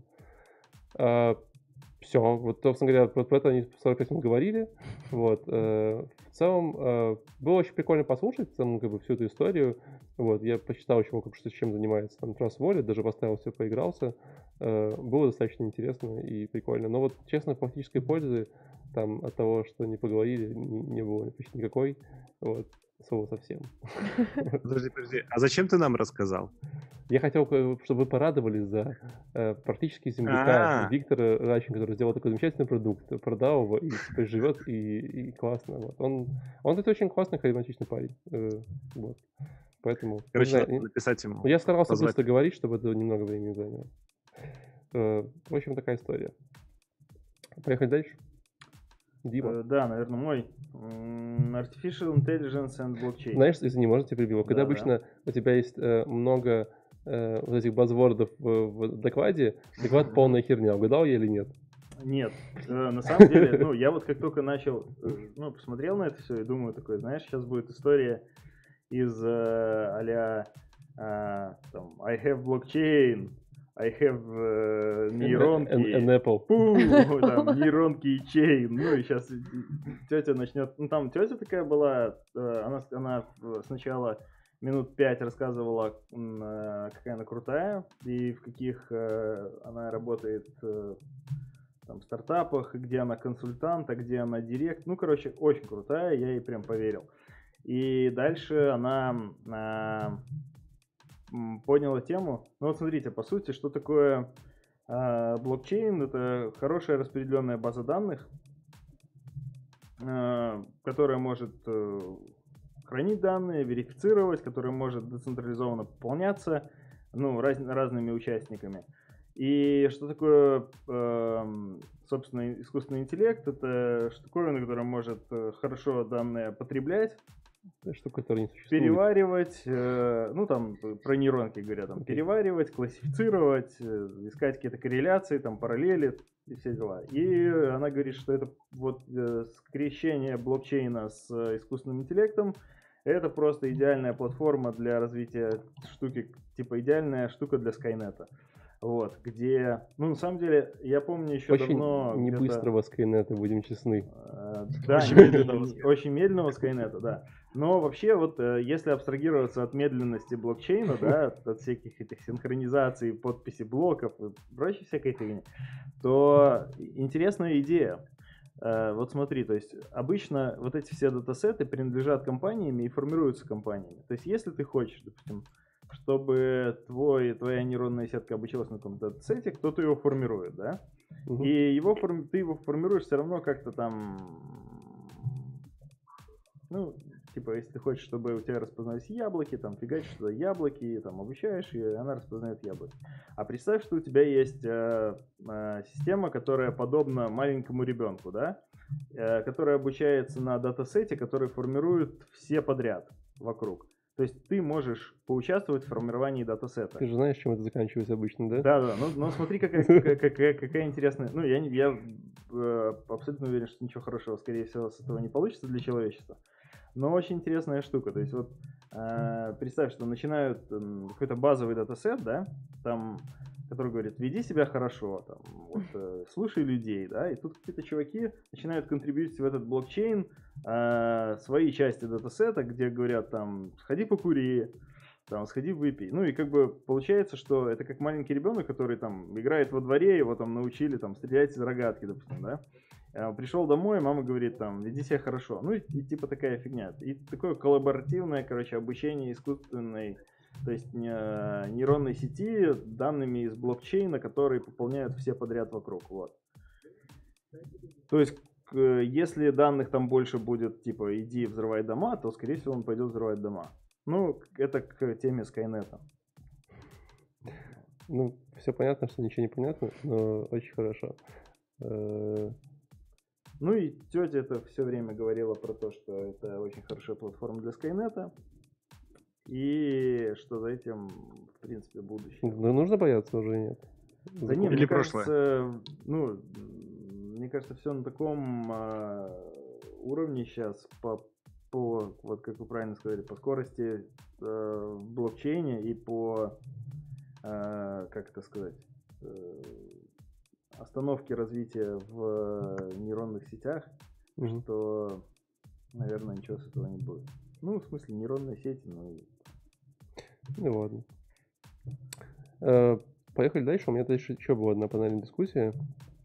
Все, вот, собственно говоря, про это они 45 минут говорили. Вот. В целом, было очень прикольно послушать там, как бы, всю эту историю. Вот. Я почитал еще, чем занимается там Trust Wallet, даже поставил все, поигрался. Было достаточно интересно и прикольно. Но вот, честно, практической пользы там от того, что не поговорили, не было почти никакой. Вот. Слово совсем. Подожди. А зачем ты нам рассказал? Я хотел, чтобы вы порадовались за практически земляка Виктора Радченко, который сделал такой замечательный продукт, продал его и теперь живет и классно. Вот. Он, кстати, очень классный, харизматичный парень. Вот. Поэтому... Короче, надо написать ему. Я старался быстро говорить, чтобы это немного времени заняло. В общем, такая история. Поехали дальше. Дима. Да, наверное, мой. Artificial Intelligence and Blockchain. Знаешь, если не можете перебивать, когда обычно у тебя есть много вот этих базвордов в докладе, доклад полная херня. Угадал я или нет? Нет. На самом деле, я вот как только начал, посмотрел на это все и думаю такой, знаешь, сейчас будет история из а-ля I have blockchain, I have нейронки, and Apple. Там, нейронки и чейн. Ну и сейчас тетя начнет. Ну там тетя такая была, она сначала минут 5 рассказывала, какая она крутая и в каких она работает там, в стартапах, где она консультант, а где она директ. Ну, короче, очень крутая, я ей прям поверил. И дальше она подняла тему. Ну вот смотрите, по сути, что такое блокчейн? Это хорошая распределенная база данных, которая может хранить данные, верифицировать, которая может децентрализованно пополняться разными участниками. И что такое, собственно, искусственный интеллект? Это штуковина, которая может хорошо данные потреблять, штука, которая не существует. Переваривать, там про нейронки говорят, там, переваривать, классифицировать, искать какие-то корреляции, там, параллели и все дела. И она говорит, что это вот скрещение блокчейна с искусственным интеллектом, это просто идеальная платформа для развития штуки, типа идеальная штука для Скайнета. Вот, где, ну, на самом деле, я помню еще очень давно... не быстрого Скайнета, будем честны. Да, очень медленного Скайнета, да. Но вообще, вот если абстрагироваться от медленности блокчейна, да, от всяких этих синхронизаций, подписи блоков и прочей всякой фигни, то интересная идея. Вот смотри, то есть обычно вот эти все датасеты принадлежат компаниями и формируются компаниями. То есть если ты хочешь, допустим, чтобы твоя нейронная сетка обучилась на каком-то датасете, кто-то его формирует, да? И ты его формируешь все равно как-то там, ну, типа, если ты хочешь, чтобы у тебя распознались яблоки, там, фигачишь туда яблоки, там, обучаешь ее, и она распознает яблоки. А представь, что у тебя есть система, которая подобна маленькому ребенку, да? Которая обучается на датасете, который формирует все подряд вокруг. То есть ты можешь поучаствовать в формировании датасета. Ты же знаешь, чем это заканчивается обычно, да? Да. Но смотри, какая интересная... Ну, я абсолютно уверен, что ничего хорошего, скорее всего, с этого не получится для человечества. Но очень интересная штука. То есть вот представь, что начинают какой-то базовый датасет, да, там, который говорит, веди себя хорошо, там, вот, слушай людей, да, и тут какие-то чуваки начинают контрибьютить в этот блокчейн свои части датасета, где говорят, там, сходи покури, там, сходи выпей. Ну и как бы получается, что это как маленький ребенок, который там играет во дворе, его там научили там стрелять из рогатки, допустим, да. Пришел домой, мама говорит, там, веди себя хорошо. Ну и типа такая фигня. И такое коллаборативное, короче, обучение искусственной, то есть нейронной сети данными из блокчейна, которые пополняют все подряд вокруг. Вот. То есть, если данных там больше будет, типа, иди взрывай дома, то, скорее всего, он пойдет взрывать дома. Ну, это к теме Скайнета. Ну, все понятно, что ничего не понятно, но очень хорошо. Ну и тетя это все время говорила про то, что это очень хорошая платформа для Скайнета. И что за этим, в принципе, будущее. Ну, нужно бояться уже, нет? Да нет, мне кажется, мне кажется, все на таком уровне сейчас по, вот как вы правильно сказали, по скорости в блокчейне и по, как это сказать, остановке развития в нейронных сетях, что, наверное, ничего с этого не будет. Ну, в смысле, нейронные сети, Ну ладно. Поехали дальше. У меня дальше еще была одна панельная дискуссия.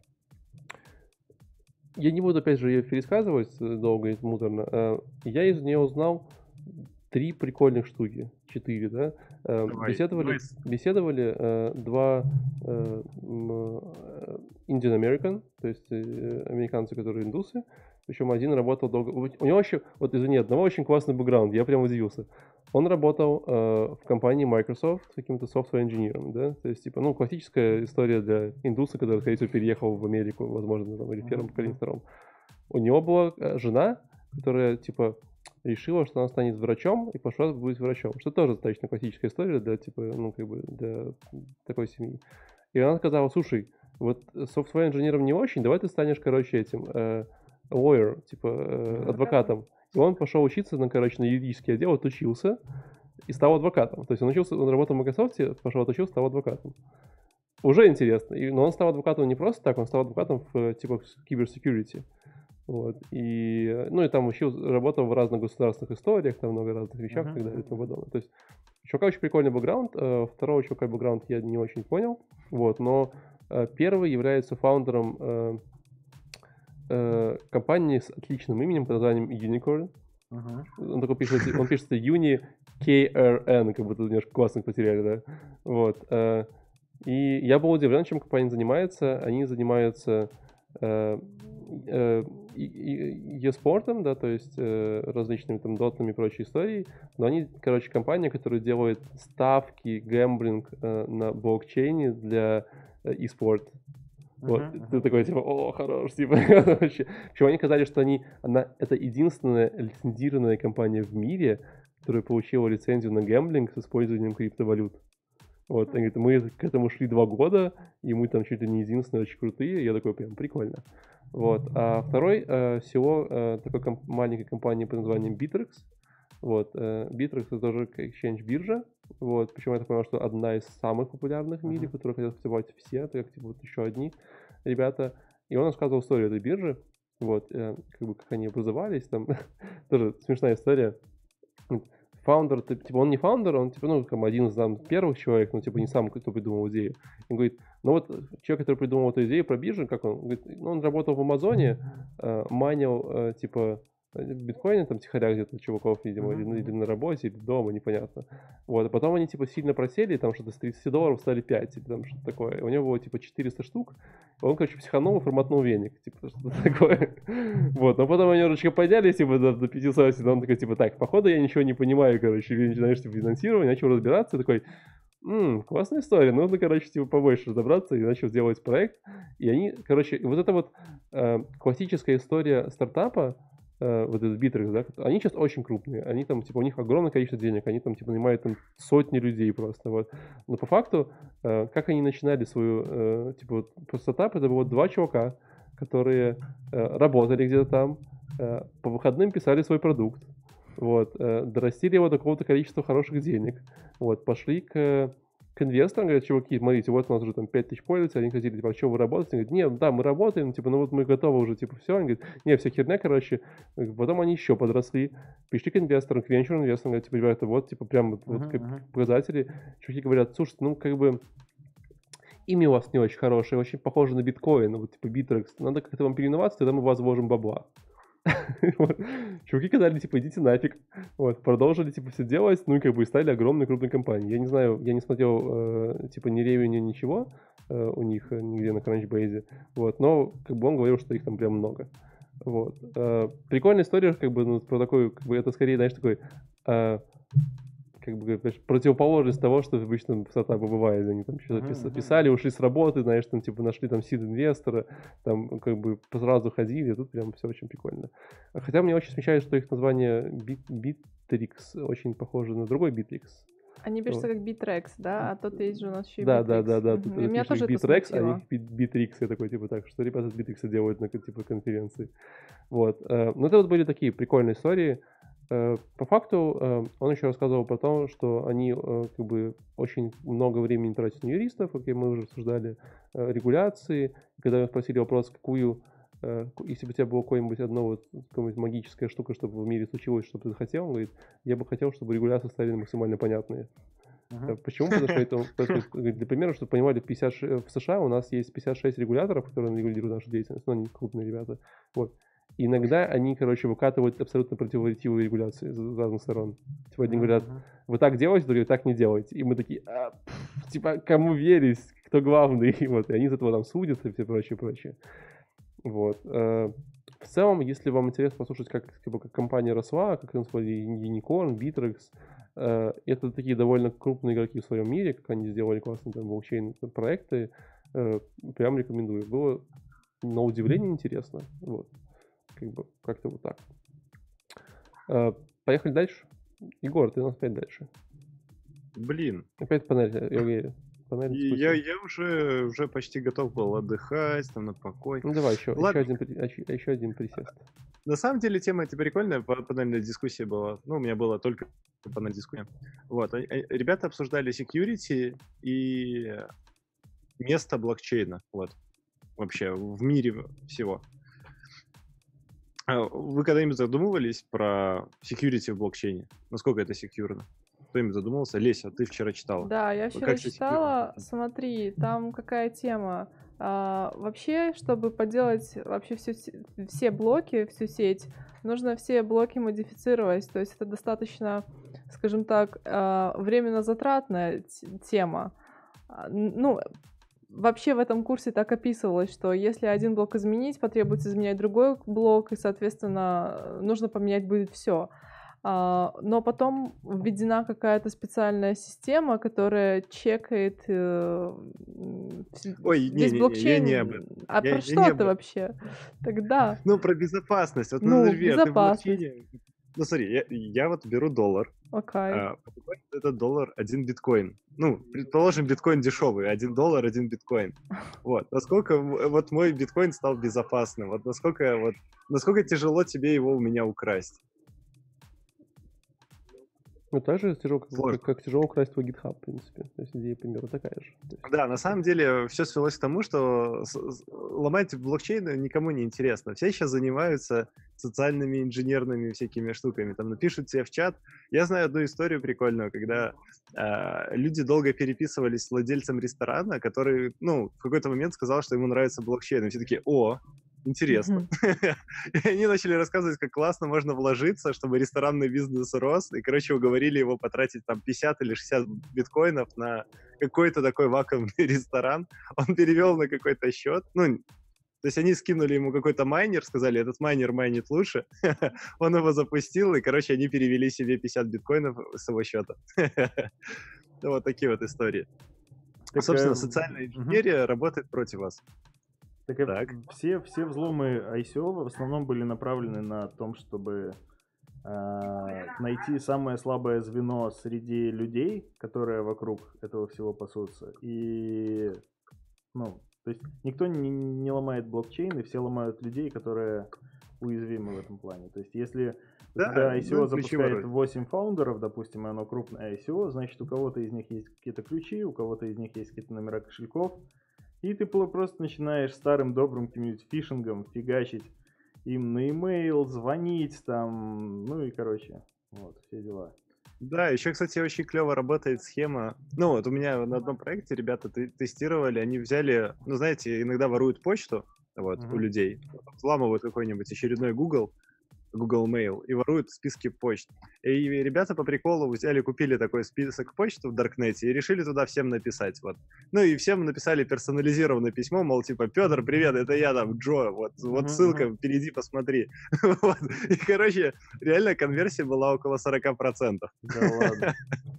Я не буду, опять же, ее пересказывать долго и муторно. Я из нее узнал 3 прикольных штуки. 4, да? Беседовали 2 Indian American, то есть американцы, которые индусы. Причем один работал долго. У него вообще, вот извини, одного очень классный бэкграунд, я прям удивился. Он работал в компании Microsoft каким-то software-инженером, да, то есть, типа, ну, классическая история для индуса, который, скорее всего, переехал в Америку, возможно, там, или в первом поколении, втором. У него была жена, которая, типа, решила, что она станет врачом и пошла быть врачом, что тоже достаточно классическая история для, типа, ну, как бы, для такой семьи. И она сказала, слушай, вот software-инженером не очень, давай ты станешь, короче, этим, lawyer, типа, адвокатом. И он пошел учиться на, короче, на юридический отдел, отучился и стал адвокатом. То есть он работал в Microsoft, пошел отучился, стал адвокатом. Уже интересно. Но он стал адвокатом не просто так, он стал адвокатом в типа cybersecurity. Вот. И, ну и там работал в разных государственных историях, там много разных вещах и так далее и тому подобное. То есть у чувака очень прикольный бэкграунд. Второго чувака бэкграунд я не очень понял. Вот. Но первый является фаундером компании с отличным именем под названием Unicorn. Он такой пишет, он пишет Uni KRN, как будто немножко классно потеряли, да. Вот. И я был удивлен, чем компания занимается. Они занимаются e-спортом, да, то есть различными там дотами и прочей историей. Но они, короче, компания, которая делает ставки, гэмблинг на блокчейне для e-спорт. Вот, ты такой, типа, о, хорош, типа, вообще. Причем они сказали, что это единственная лицензированная компания в мире, которая получила лицензию на гэмблинг с использованием криптовалют. Вот, они говорят, мы к этому шли 2 года, и мы там чуть ли не единственные очень крутые. Я такой, прям, прикольно. Вот, а второй CEO такой маленькой компании под названием Bittrex. Вот, Bittrex это тоже exchange биржа, Вот, причем я так понял, что одна из самых популярных в мире, которую хотят автоматизировать все, это как типа вот еще одни ребята. И он рассказывал историю этой биржи, вот, как бы как они образовались, там тоже смешная история. Фаундер, типа, он не фаундер, он, типа, ну, как бы один из там первых человек, но, типа, не сам, кто придумал идею. Он говорит, ну, вот человек, который придумал эту идею про биржу, как он? Говорит, ну, он работал в Амазоне, майнил, типа, биткоины, там, тихоря где-то чуваков, видимо, или на работе, или дома, непонятно. Вот, а потом они, типа, сильно просели, там, что-то с $30 стали 5, или там, что-то такое. У него было, типа, 400 штук, он, короче, психанул и форматнул веник, типа, что-то такое. Вот, но потом они немножечко поднялись, типа, до 500, и он такой, типа, так, походу я ничего не понимаю, короче, и начинаешь, типа, финансирование, начал разбираться, такой, классная история, нужно, короче, типа, побольше разобраться, и начал делать проект. И они, короче, вот это вот классическая история стартапа, вот этот Bittrex, да, они сейчас очень крупные, они там, типа, у них огромное количество денег, они там, типа, нанимают там сотни людей просто, вот. Но по факту, как они начинали свою, типа, вот, стартап, это было 2 чувака, которые работали где-то там, по выходным писали свой продукт, вот, дорастили его до какого-то количества хороших денег, вот, пошли к инвесторам, говорят, чуваки, смотрите, вот у нас уже там 5000 пользователей, они хотели, типа, а что вы работаете? Они говорят, нет, да, мы работаем, типа, ну вот мы готовы уже, типа, все. Они говорят, нет, вся херня, короче. Потом они еще подросли, пришли к инвесторам, к венчур-инвесторам, говорят, типа, ребята, вот, типа, прям вот показатели. Чуваки говорят, слушайте, ну, как бы, имя у вас не очень хорошее, очень похоже на биткоин, вот, типа, Bittrex, надо как-то вам переименоваться, тогда мы вас вложим бабла. Вот. Чуваки сказали, типа, идите нафиг. Вот, продолжили, типа, все делать, ну и как бы стали огромной крупной компанией. Я не знаю, я не смотрел, типа, ни ревеню, ничего у них нигде на Crunchbase, вот, но как бы он говорил, что их там прям много. Вот. Прикольная история, как бы, ну, про такой, как бы, это скорее, знаешь, такой, как бы, противоположность того, что обычно в стартапе бывает. Они там что-то писали, ушли с работы, знаешь, там, типа, нашли там сид-инвестора, там, как бы, сразу ходили, тут прям все очень прикольно. Хотя мне очень смущает, что их название Bittrex очень похоже на другой Bittrex. Они пишутся как Bittrex, да? А тот есть же у нас еще и да, Bittrex. Да. Тут меня тоже Bittrex, это а их Bittrex. Я такой, типа, так, что ребята с Bittrex делают на, типа, конференции. Вот. Ну, это вот были такие прикольные истории. По факту он еще рассказывал про то, что они как бы очень много времени тратят на юристов, как мы уже обсуждали, регуляции. Когда мы спросили вопрос, какую, если бы у тебя было какое-нибудь одно вот, какая-нибудь магическая штука, чтобы в мире случилось, что ты захотел, он говорит, я бы хотел, чтобы регуляции стали максимально понятные. Почему? Потому что, для примера, чтобы понимали, в США у нас есть 56 регуляторов, которые регулируют нашу деятельность, но они крупные ребята. Вот. Иногда они, короче, выкатывают абсолютно противоречивые регуляции с разных сторон. Типа, одни говорят, вы так делаете, другие так не делаете. И мы такие, типа, кому верить, кто главный? И вот, и они из этого там судятся и все прочее. Вот. В целом, если вам интересно послушать, как компания росла, как они сводили Unicorn, Bittrex, это такие довольно крупные игроки в своем мире, как они сделали классные там блокчейн-проекты, прям рекомендую. Было, на удивление, интересно. Вот. Как бы как-то вот так. Поехали дальше. Егор, ты у нас опять дальше. Блин. Опять панель, я уверен. Я уже почти готов был отдыхать, там на покой. Ну давай еще один присест. На самом деле тема эта прикольная, панельная дискуссия была. Ну, у меня была только панельная дискуссия. Вот. Ребята обсуждали security и место блокчейна. Вот. Вообще в мире всего. Вы когда-нибудь задумывались про security в блокчейне? Насколько это секьюрно? Кто-нибудь задумывался? Леся, ты вчера читала. Да, я вчера читала. Смотри, там какая тема. Вообще, чтобы поделать вообще все блоки, всю сеть, нужно все блоки модифицировать. То есть это достаточно, скажем так, временно затратная тема. Ну, вообще в этом курсе так описывалось, что если один блок изменить, потребуется изменять другой блок, и, соответственно, нужно поменять будет все. Но потом введена какая-то специальная система, которая чекает весь блокчейн. Я не об этом. А про что ты вообще? Тогда. Ну, про безопасность. Вот, безопасность. Ну, смотри, я вот беру доллар. Окей. Покупаю этот доллар 1 биткоин. Ну, предположим, биткоин дешевый, $1, 1 биткоин. Вот. Насколько вот мой биткоин стал безопасным? Вот насколько тяжело тебе его у меня украсть? Ну, так же тяжело, как тяжело украсть твой GitHub, в принципе. То есть идея примерно такая же. Да, на самом деле все свелось к тому, что ломать блокчейны никому не интересно. Все сейчас занимаются социальными инженерными всякими штуками. Там напишут тебе в чат. Я знаю одну историю прикольную, когда люди долго переписывались с владельцем ресторана, который, в какой-то момент сказал, что ему нравится блокчейн. И все такие: о, интересно. И они начали рассказывать, как классно можно вложиться, чтобы ресторанный бизнес рос. И, короче, уговорили его потратить там 50 или 60 биткоинов на какой-то такой вакуумный ресторан. Он перевел на какой-то счет. То есть они скинули ему какой-то майнер, сказали, этот майнер майнит лучше. Он его запустил, и, короче, они перевели себе 50 биткоинов с его счета. Вот такие вот истории. Собственно, социальная инженерия работает против вас. Так. Все взломы ICO в основном были направлены на том, чтобы найти самое слабое звено среди людей, которые вокруг этого всего пасутся. И, то есть никто не ломает блокчейн, и все ломают людей, которые уязвимы в этом плане. То есть если когда ICO запускает 8 фаундеров, допустим, и оно крупное ICO, значит, у кого-то из них есть какие-то ключи, у кого-то из них есть какие-то номера кошельков, и ты просто начинаешь старым добрым каким-нибудь фишингом фигачить им на e-mail, звонить там, все дела. Да, еще, кстати, очень клево работает схема. У меня на одном проекте ребята тестировали, они взяли, знаете, иногда воруют почту, у людей, взламывают какой-нибудь очередной Google Mail и воруют списки почт. И ребята по приколу купили такой список почт в Даркнете и решили туда всем написать. И всем написали персонализированное письмо, мол, типа: Петр, привет, это я там, Джо, вот ссылка, перейди, посмотри. И, короче, реально конверсия была около 40%. Да ладно.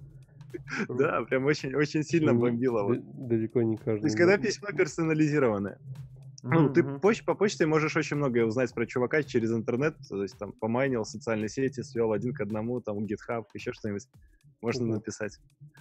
Да, прям очень, очень сильно бомбило. Далеко не каждый. То есть, когда письмо персонализированное. Ты по почте можешь очень многое узнать про чувака через интернет, то есть там помайнил социальные сети, свел один к одному, там GitHub, еще что-нибудь можно написать.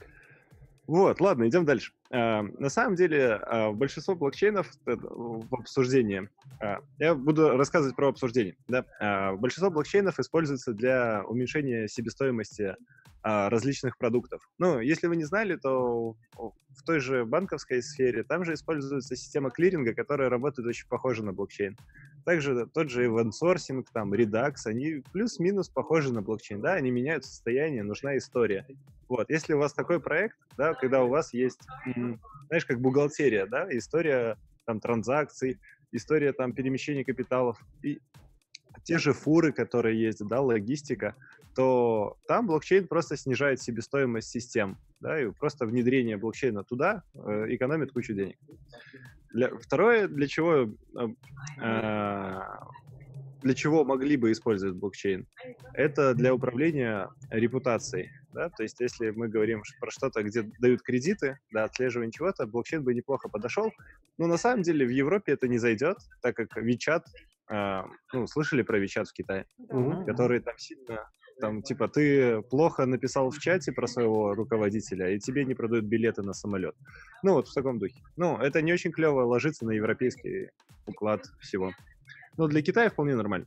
Ладно, идем дальше. На самом деле, большинство блокчейнов в обсуждении, я буду рассказывать про обсуждение, да? Большинство блокчейнов используется для уменьшения себестоимости различных продуктов. Если вы не знали, то в той же банковской сфере там же используется система клиринга, которая работает очень похоже на блокчейн. Также тот же event-sourcing, там, Redux, они плюс-минус похожи на блокчейн, да, они меняют состояние, нужна история. Если у вас такой проект, да, когда у вас есть, знаешь, как бухгалтерия, да, история там транзакций, история там перемещения капиталов, и те же фуры, которые есть, да, логистика, то там блокчейн просто снижает себестоимость систем, да, и просто внедрение блокчейна туда экономит кучу денег. Второе, для чего могли бы использовать блокчейн, это для управления репутацией, да, то есть если мы говорим про что-то, где дают кредиты, да, отслеживание чего-то, блокчейн бы неплохо подошел, но на самом деле в Европе это не зайдет, так как WeChat, слышали про WeChat в Китае, который там сильно, там, типа, ты плохо написал в чате про своего руководителя, и тебе не продают билеты на самолет. В таком духе. Это не очень клево ложится на европейский уклад всего. Но для Китая вполне нормально.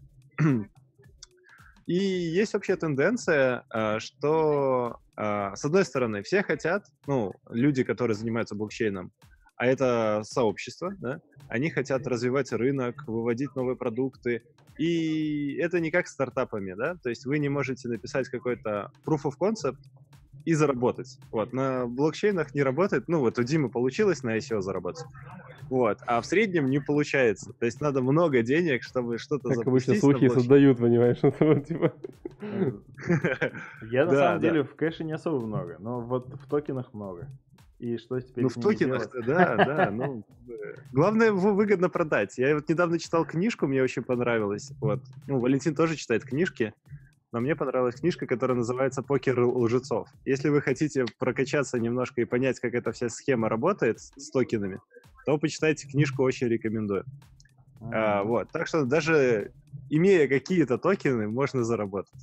И есть вообще тенденция, что, с одной стороны, все хотят, люди, которые занимаются блокчейном, а это сообщество, да, они хотят развивать рынок, выводить новые продукты, и это не как с стартапами, да, то есть вы не можете написать какой-то proof of concept и заработать. На блокчейнах не работает, у Димы получилось на ICO заработать, а в среднем не получается, то есть надо много денег, чтобы что-то так запустить. Как обычно слухи создают, понимаешь, типа. Я на самом деле в кэше не особо много, но в токенах много. И что теперь в токенах, да. Главное, выгодно продать. Я недавно читал книжку, мне очень понравилось. Валентин тоже читает книжки, но мне понравилась книжка, которая называется «Покер лжецов». Если вы хотите прокачаться немножко и понять, как эта вся схема работает с токенами, то почитайте книжку, очень рекомендую. Так что даже имея какие-то токены, можно заработать.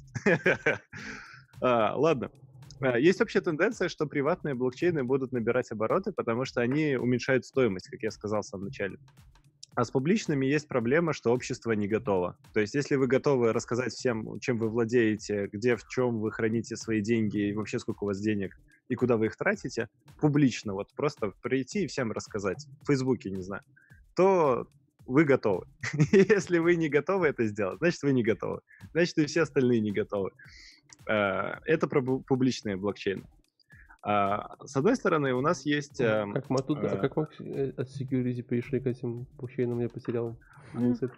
Ладно. Есть вообще тенденция, что приватные блокчейны будут набирать обороты, потому что они уменьшают стоимость, как я сказал в самом начале. А с публичными есть проблема, что общество не готово. То есть, если вы готовы рассказать всем, чем вы владеете, где, в чем вы храните свои деньги, и вообще сколько у вас денег, и куда вы их тратите, публично, вот просто прийти и всем рассказать, в Фейсбуке, не знаю, то вы готовы. Если вы не готовы это сделать, значит, вы не готовы. Значит, и все остальные не готовы. Это про публичные блокчейны. С одной стороны, у нас есть... Как мы от security перешли к этим блокчейнам, я потерял мысль.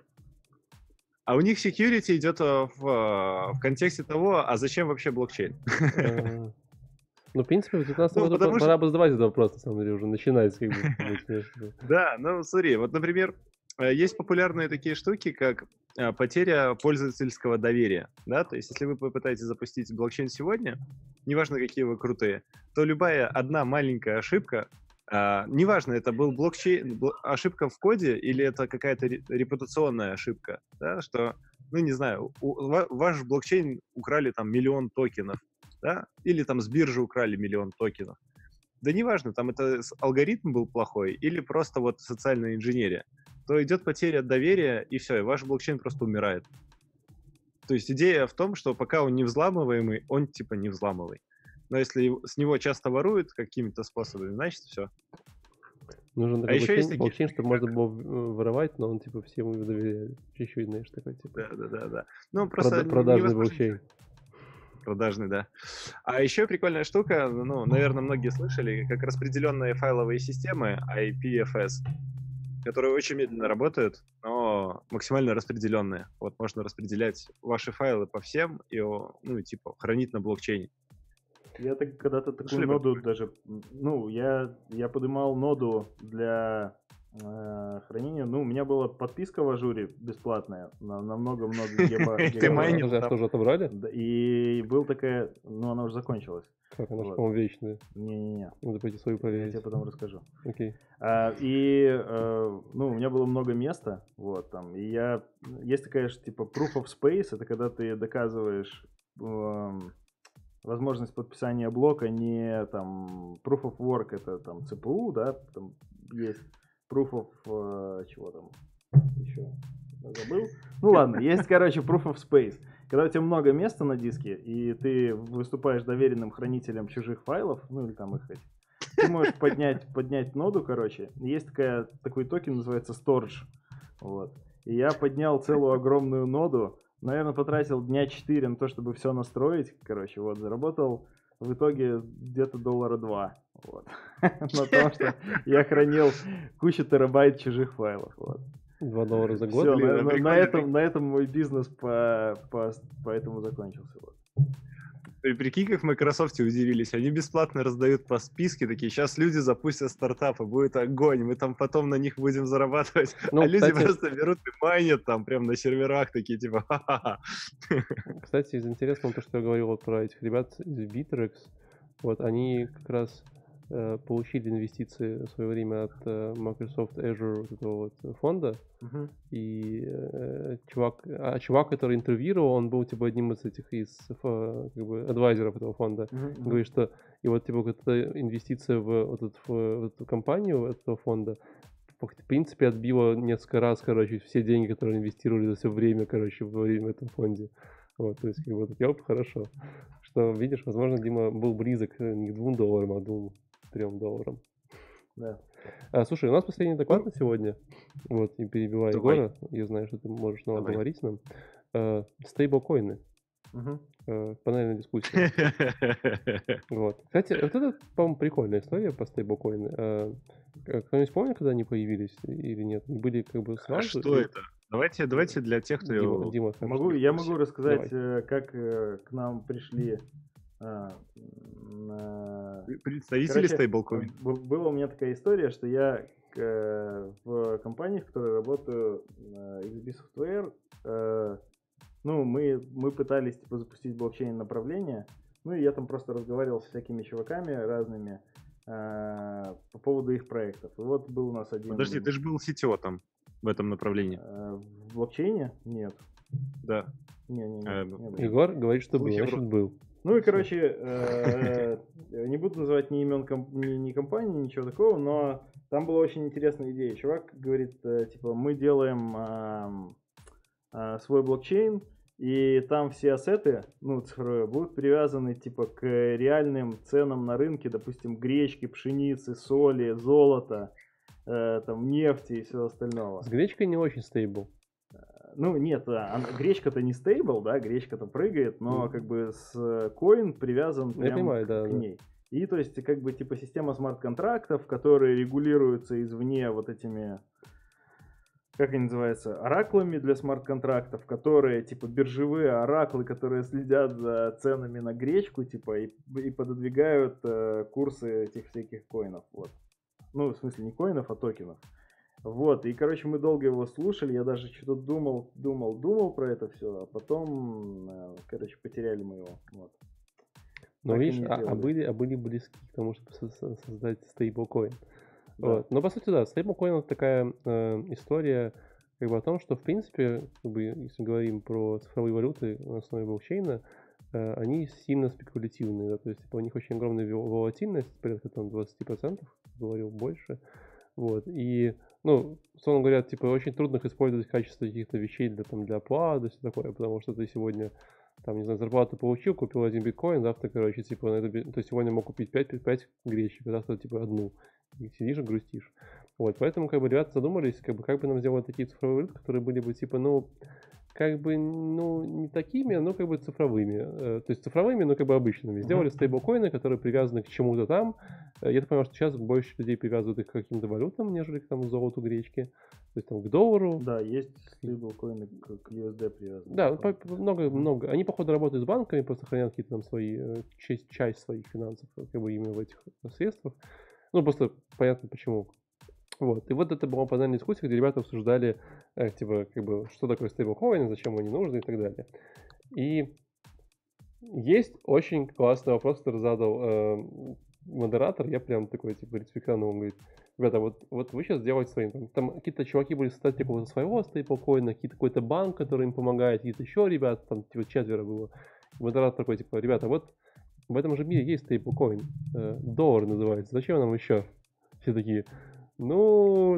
А у них security идет в контексте того, а зачем вообще блокчейн? Ну, в принципе, в 2019 году пора бы задавать этот вопрос, на самом деле, уже начинается. Да, ну смотри, вот, например, есть популярные такие штуки, как потеря пользовательского доверия, да, то есть если вы попытаетесь запустить блокчейн сегодня, неважно, какие вы крутые, то любая одна маленькая ошибка, неважно, это был блокчейн, ошибка в коде или это какая-то репутационная ошибка, да, что, ну, не знаю, ваш блокчейн украли там 1 000 000 токенов, да, или там с биржи украли 1 000 000 токенов, да неважно, там это алгоритм был плохой или просто вот социальная инженерия, то идет потеря доверия, и все, и ваш блокчейн просто умирает. То есть идея в том, что пока он не взламываемый, он типа не взламывай. Но если с него часто воруют какими-то способами, значит все. Нужен такой блокчейн, чтобы можно было воровать, но он типа всем доверяет. Чуть-чуть, знаешь, такой типа. Да. Ну, просто продажный блокчейн. Продажный, да. А еще прикольная штука, ну, наверное, многие слышали, как распределенные файловые системы IPFS, которые очень медленно работают, но максимально распределенные. Вот можно распределять ваши файлы по всем и, ну, типа, хранить на блокчейне. Я так когда-то такую ноду даже... Ну, я поднимал ноду для хранения. Ну, у меня была подписка в Ажуре бесплатная на много-много гигабайт. Ты майнил? Тоже отобрали? И был такая... Ну, она уже закончилась. Как, она же, по-моему, вечная. Не-не-не. Надо пойти свою проверить. Я тебе потом расскажу. Окей. Ну, у меня было много места, вот, там, и есть такая же, типа, proof of space, это когда ты доказываешь возможность подписания блока, не, там, proof of work, это, там, CPU, да, там есть proof of, чего там, еще, забыл. Ну, ладно, есть, короче, proof of space. Когда у тебя много места на диске, и ты выступаешь доверенным хранителем чужих файлов, ну, или там их эти, ты можешь поднять ноду, короче. Есть такой токен, называется Storage. Вот. И я поднял целую огромную ноду. Наверное, потратил дня 4 на то, чтобы все настроить. Короче, вот, заработал в итоге где-то $2. Вот. На том, что я хранил кучу терабайт чужих файлов. Вот. $2 за год? Все, на этом мой бизнес по этому закончился. Вот. Прикинь, как в Microsoft удивились. Они бесплатно раздают по списке такие. Сейчас люди запустят стартапы, будет огонь. Мы там потом на них будем зарабатывать. Ну, люди просто берут и майнят там прям на серверах такие типа ха-ха-ха. Кстати, из интересного то, что я говорил вот про этих ребят из Bittrex. Вот они как раз получили инвестиции в свое время от Microsoft Azure вот этого вот фонда. И чувак, который интервьюировал, он был типа одним из этих как бы адвайзеров этого фонда. Говорит, что и вот типа эта инвестиция в эту компанию этого фонда в принципе отбила несколько раз, короче, все деньги, которые инвестировали за все время, короче, во время в этом фонде. Вот, то есть, как бы, это хорошо. Что, видишь, возможно, Дима был близок не к $2, а к $3. Да. Слушай, у нас последний доклад на сегодня. Вот, не перебивай Егора. Я знаю, что ты можешь снова говорить нам. Стейблкоины. Панельная дискуссия. Вот. Кстати, вот это, по-моему, прикольная история по стейблкоины. Кто-нибудь помнит, когда они появились или нет? Были как бы сразу? Что это? Давайте для тех, кто... Дима, я могу рассказать, как к нам пришли представители стейблкоин. Была у меня такая история, что я в компании, в которой работаю, XB Software, ну, мы пытались типа запустить блокчейн направление, ну и я там просто разговаривал с всякими чуваками разными по поводу их проектов. И вот был у нас один... Подожди, ты же был CTO там, в этом направлении. В блокчейне? Нет. Да. Не. Егор говорит, что был, значит был. Ну и, короче, не буду называть ни имен ни компании, ничего такого, но там была очень интересная идея. Чувак говорит, типа, мы делаем свой блокчейн, и там все ассеты, ну, цифровые, будут привязаны, типа, к реальным ценам на рынке, допустим, гречки, пшеницы, соли, золота, там, нефти и всего остального. С гречкой не очень стейбл. Ну, нет, гречка-то не стейбл, да, гречка-то прыгает, но как бы с коин привязан прямо к ней. И то есть, как бы, типа, система смарт-контрактов, которые регулируются извне вот этими, как они называются, ораклами для смарт-контрактов, которые, типа, биржевые ораклы, которые следят за ценами на гречку, типа, и пододвигают курсы этих всяких коинов, вот. Ну, в смысле, не коинов, а токенов. Вот, и, короче, мы долго его слушали, я даже что-то думал про это все, а потом, короче, потеряли мы его, вот. Ну, видишь, были близки к тому, чтобы создать стейблкоин. Да. Вот. Но, по сути, да, стейблкоин — это такая история, как бы, о том, что, в принципе, как бы, если говорим про цифровые валюты на основе блокчейна, они сильно спекулятивные, да, то есть, типа, у них очень огромная волатильность, порядка там 20%, говорил, больше, вот, и, ну, условно говоря, типа, очень трудно их использовать в качестве каких-то вещей для оплаты, все такое, потому что ты сегодня, там, не знаю, зарплату получил, купил 1 биткоин, завтра, короче, типа, на это, то есть сегодня мог купить 5 гречек, завтра, типа, 1, и сидишь и грустишь. Вот, поэтому, как бы, ребята задумались, как бы нам сделать такие цифровые валюты, которые были бы, типа, ну, как бы, ну, не такими, но как бы цифровыми. То есть цифровыми, но как бы обычными. Сделали стейблкоины, которые привязаны к чему-то там. Я так понимаю, что сейчас больше людей привязывают их к каким-то валютам, нежели к там золоту, гречке. То есть там к доллару. Да, есть стейблкоины к USD привязаны. Да, много. Они, походу, работают с банками, просто хранят какие-то там свои, часть своих финансов, как бы именно в этих средствах. Ну, просто понятно почему. Вот. И вот это была панельная дискуссия, где ребята обсуждали, типа, как бы, что такое стейблкоины, зачем они нужны и так далее. И есть очень классный вопрос, который задал модератор. Я прям такой, типа, респективно, он говорит: ребята, вот вы сейчас делаете своим. Там какие-то чуваки были создать какого-то своего стейблкоина, какой-то банк, который им помогает, какие-то еще ребята, там, типа, 4 было. И модератор такой, типа, ребята, вот в этом же мире есть стейблкоин. Доллар называется. Зачем нам еще? Все такие... Ну,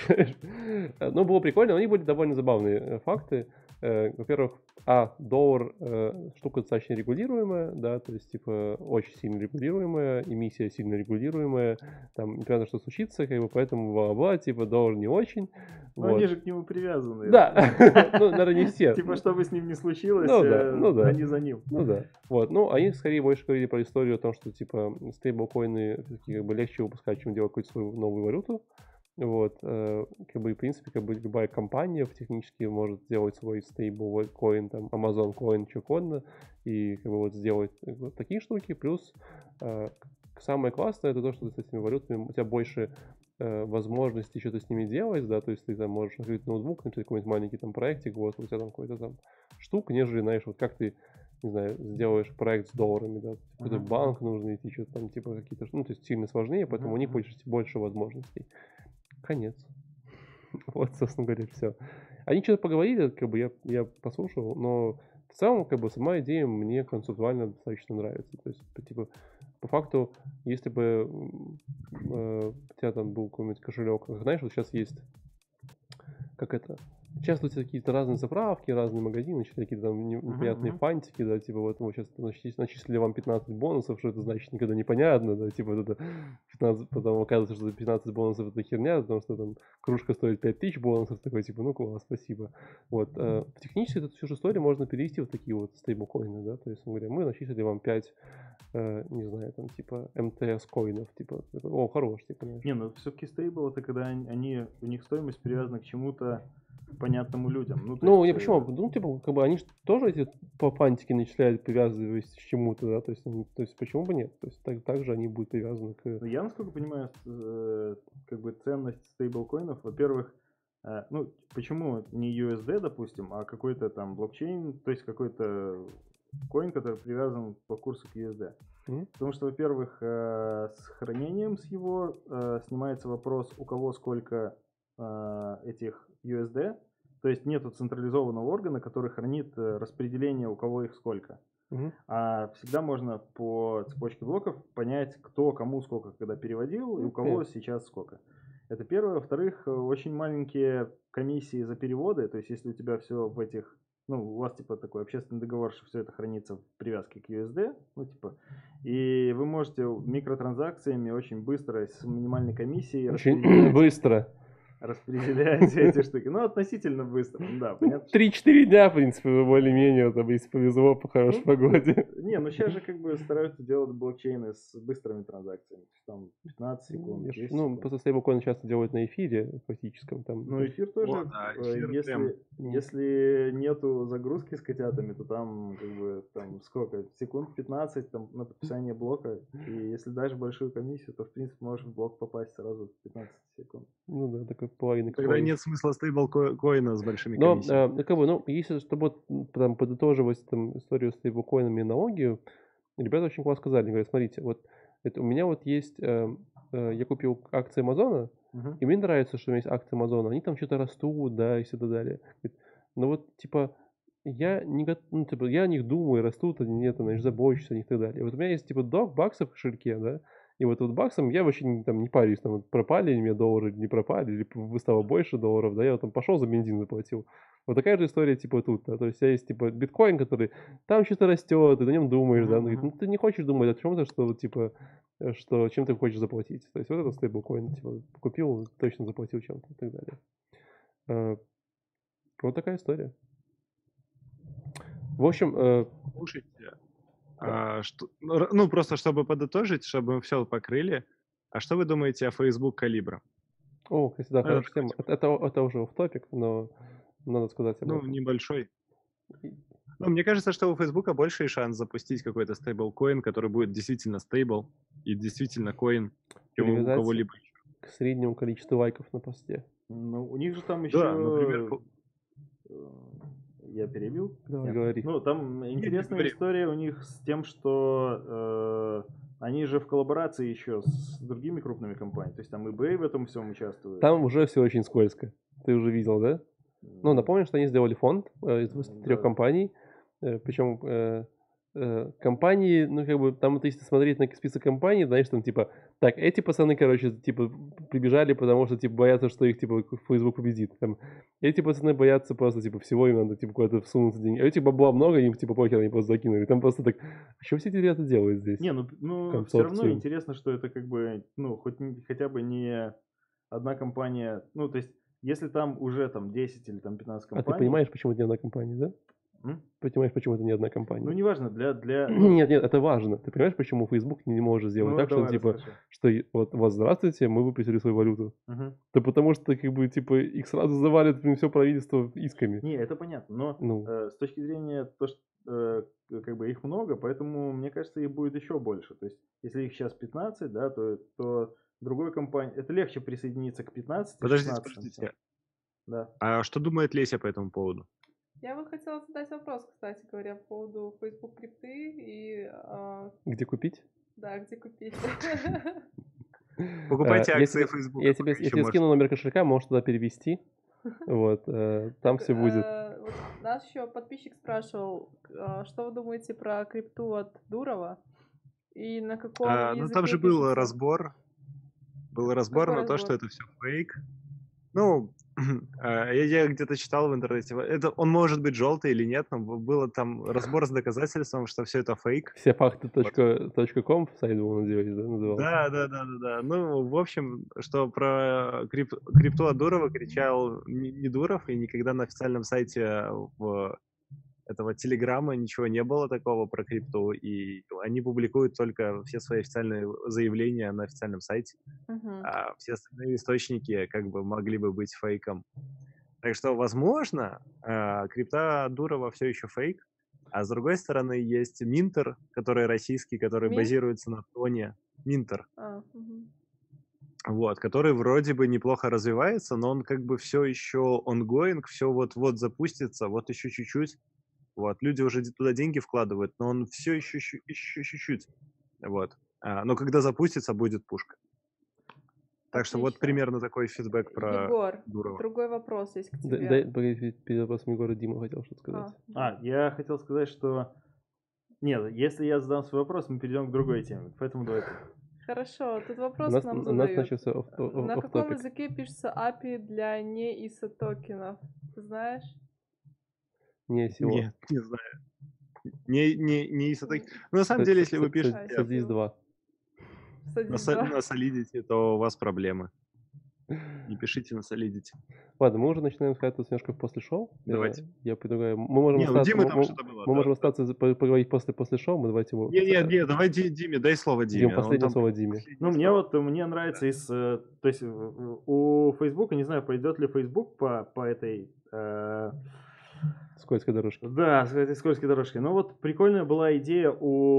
было прикольно, но они были довольно забавные факты. Во-первых, доллар штука достаточно регулируемая, да, то есть, типа, очень сильно регулируемая, эмиссия сильно регулируемая, там непонятно, что случится, как бы, поэтому бла-бла, типа, доллар не очень. Но они же к нему привязаны. Да, ну, наверное, не все. Типа, что бы с ним ни случилось, они за ним. Ну да. Вот, ну, они скорее больше говорили про историю о том, что, типа, стейблкоины как бы легче выпускать, чем делать какую-то свою новую валюту. Вот, как бы, в принципе, как бы любая компания технически может сделать свой стейблкоин, там, Amazon Coin, что угодно, и как бы вот сделать вот такие штуки. Плюс самое классное — это то, что с этими валютами у тебя больше возможностей что-то с ними делать, да, то есть ты там можешь открыть ноутбук, написать какой-нибудь маленький там проектик, вот, у тебя там какой-то там штука, нежели, знаешь, вот как ты, не знаю, сделаешь проект с долларами, да, какой-то банк нужно идти, что-то там, типа, какие-то, ну, то есть сильно сложнее, поэтому у них больше возможностей. Конец. Вот, собственно говоря, все. Они что-то поговорили, как бы я послушал, но в целом, как бы, сама идея мне концептуально достаточно нравится. То есть, типа, по факту, если бы у тебя там был какой-нибудь кошелек, знаешь, вот сейчас есть, как это, сейчас тут какие-то разные заправки, разные магазины, какие-то там непонятные фантики, да, типа, вот мы сейчас начислили вам 15 бонусов, что это значит, никогда непонятно, да, типа, вот это 15, потом оказывается, что 15 бонусов это херня, потому что там кружка стоит 5000 бонусов, такой, типа, ну класс, спасибо. Вот, технически эту всю историю можно перевести в такие вот стейблкоины, да, то есть, мы говорим, мы начислили вам 5, не знаю, там, типа, МТС коинов, типа, о, хорош, типа, знаешь. Не, ну, все-таки стейбл — это когда у них стоимость привязана к чему-то понятному людям. Ну, я почему? Ну, типа, как бы они же тоже эти фантики начисляют, привязываясь к чему-то, да, то есть почему бы нет? То есть так же они будут привязаны к... Ну, я, насколько понимаю, как бы ценность стейблкоинов, во-первых, ну, почему не USD, допустим, а какой-то там блокчейн, то есть какой-то коин, который привязан по курсу к USD. Потому что, во-первых, с хранением с его снимается вопрос, у кого сколько этих USD, то есть нету централизованного органа, который хранит распределение, у кого их сколько. А всегда можно по цепочке блоков понять, кто кому сколько когда переводил и у кого сейчас сколько. Это первое. Во-вторых, очень маленькие комиссии за переводы. То есть, если у тебя все в этих... Ну, у вас, типа, такой общественный договор, что все это хранится в привязке к USD, ну, типа, и вы можете микротранзакциями очень быстро, с минимальной комиссией... Очень быстро. Распределяете эти штуки. Ну, относительно быстро, да, понятно. 3-4 дня, в принципе, более-менее, там, если повезло по хорошей погоде. Не, ну сейчас же как бы стараются делать блокчейны с быстрыми транзакциями. Там 15 секунд, 10 секунд. Ну, просто стейблкоин часто делают на эфире фактическом. Там, ну, эфир тоже, если нету загрузки с котятами, то там как бы там сколько, секунд 15 там, на подписание блока. И если даже большую комиссию, то в принципе можешь в блок попасть сразу в 15 секунд. Ну да, такой половина. Тогда нет смысла стейблкоина с большими комиссиями. Но, как бы, ну, если, чтобы там подытоживать там, историю с стейблкоинами и налоги, ребята очень классно сказали, говорят, смотрите, вот это, у меня вот есть, я купил акции Амазона, и мне нравится, что у меня есть акции Амазона, они там что-то растут, да, и все так далее. Но вот, типа, я не ну, типа, я о них думаю, растут они, нет, значит, забочусь о них и так далее. Вот у меня есть, типа, $2 в кошельке, да, и вот баксом я вообще там не парюсь, там, пропали ли мне доллары, не пропали, или стало больше долларов, да, я вот там пошел за бензин заплатил. Вот такая же история, типа, тут, да, то есть у тебя есть, типа, биткоин, который там что-то растет, ты на нем думаешь, да, ну, ты не хочешь думать о чем-то, что, типа, что чем ты хочешь заплатить. То есть вот это стейблкоин, типа, купил, точно заплатил чем-то и так далее. Вот такая история. В общем... Слушайте, ну, просто чтобы подытожить, чтобы мы все покрыли, а что вы думаете о Facebook Calibra? О, кстати, да, хорошая тема. Это уже off-topic, но надо сказать об этом. Ну, небольшой. Ну, мне кажется, что у Facebook больший шанс запустить какой-то стейблкоин, который будет действительно стейбл и действительно коин, чем у кого-либо. К среднему количеству лайков на посте. Ну, у них же там еще... Да, например... Я перебил? Давай, говори. Ну, там интересная история у них с тем, что они же в коллаборации еще с другими крупными компаниями. То есть там eBay в этом всем участвует. Там уже все очень скользко. Ты уже видел, да? Ну, напомню, что они сделали фонд из 3 компаний. Причем компании, ну, как бы, там, если смотреть на список компаний, знаешь, там, типа, так, эти пацаны, короче, типа, прибежали, потому что, типа, боятся, что их, типа, Facebook победит. Там, эти пацаны боятся просто, типа, всего, им надо, типа, куда-то всунуться деньги. А этих бабла много, им, типа, похер, они просто закинули. Там просто так, а что все эти ребята делают здесь? Не, ну все равно интересно, что это, как бы, ну, хотя бы не одна компания, ну, то есть, если там уже, там, 10 или, там, 15 компаний... А ты понимаешь, почему это не одна компания, да? Понимаешь, почему это не одна компания? Ну, неважно, для... Нет, это важно. Ты понимаешь, почему Facebook не может сделать так, что, типа, что вот здравствуйте, мы выпустили свою валюту. Да потому что, как бы, типа, их сразу завалят все правительство исками. Не, это понятно, но с точки зрения то, что, как бы, их много, поэтому, мне кажется, их будет еще больше. То есть, если их сейчас 15, да, то другой компании... Это легче присоединиться к 15, Подождите. Да. А что думает Леся по этому поводу? Я бы хотела задать вопрос, кстати говоря, по поводу Facebook крипты и... Где купить? Да, где купить. Покупайте акции Facebook. Я тебе скину номер кошелька, можешь туда перевести. Вот, там все будет. Нас еще подписчик спрашивал, что вы думаете про крипту от Дурова? И на каком языке ну, там же был разбор. Был разбор на то, что это все фейк. Ну, я где-то читал в интернете, он может быть желтый или нет, но было там разбор с доказательством, что все это фейк. Все факты.com сайт был, надеюсь, да, назывался? Да. Ну, в общем, что про крипту от Дурова кричал не Дуров, и никогда на официальном сайте этого Телеграма ничего не было такого про крипту, и они публикуют только все свои официальные заявления на официальном сайте, а все остальные источники как бы могли бы быть фейком. Так что, возможно, крипта Дурова все еще фейк, а с другой стороны есть Минтер, который российский, который базируется на Тоне. Минтер. Вот, который вроде бы неплохо развивается, но он как бы все еще ongoing, все вот-вот запустится, вот еще чуть-чуть. Вот, люди уже туда деньги вкладывают, но он все еще чуть-чуть. Вот. Но когда запустится, будет пушка. Так что вот примерно такой фидбэк про Егор, Дурова. Другой вопрос есть к тебе. Перед вопросом Егора Дима хотел что-то сказать. Я хотел сказать, что Нет, если я задам свой вопрос, мы перейдем к другой теме. Поэтому давайте. Хорошо, тут вопрос У нам нас задают. начался На каком off-topic. языке пишется API для не ISO токенов? Ты знаешь? Не всего. Нет, не знаю. Не из-за Ну, на самом деле, если вы пишете Садись 2. на Solidity, то у вас проблемы. Не пишите на Solidity. Ладно, мы уже начинаем скатываться немножко в после шоу. Давайте. Я предлагаю... Мы можем Не, у остаться, Димы там что-то было. мы можем остаться поговорить после шоу. Мы давайте его... Не, давай Диме, дай слово Диме. Дим, последнее слово Диме. Ну, мне нравится то есть у Facebook, не знаю, пойдет ли Facebook по этой... Скользкой дорожки. Да, с этой скользкой дорожкой. Ну вот прикольная была идея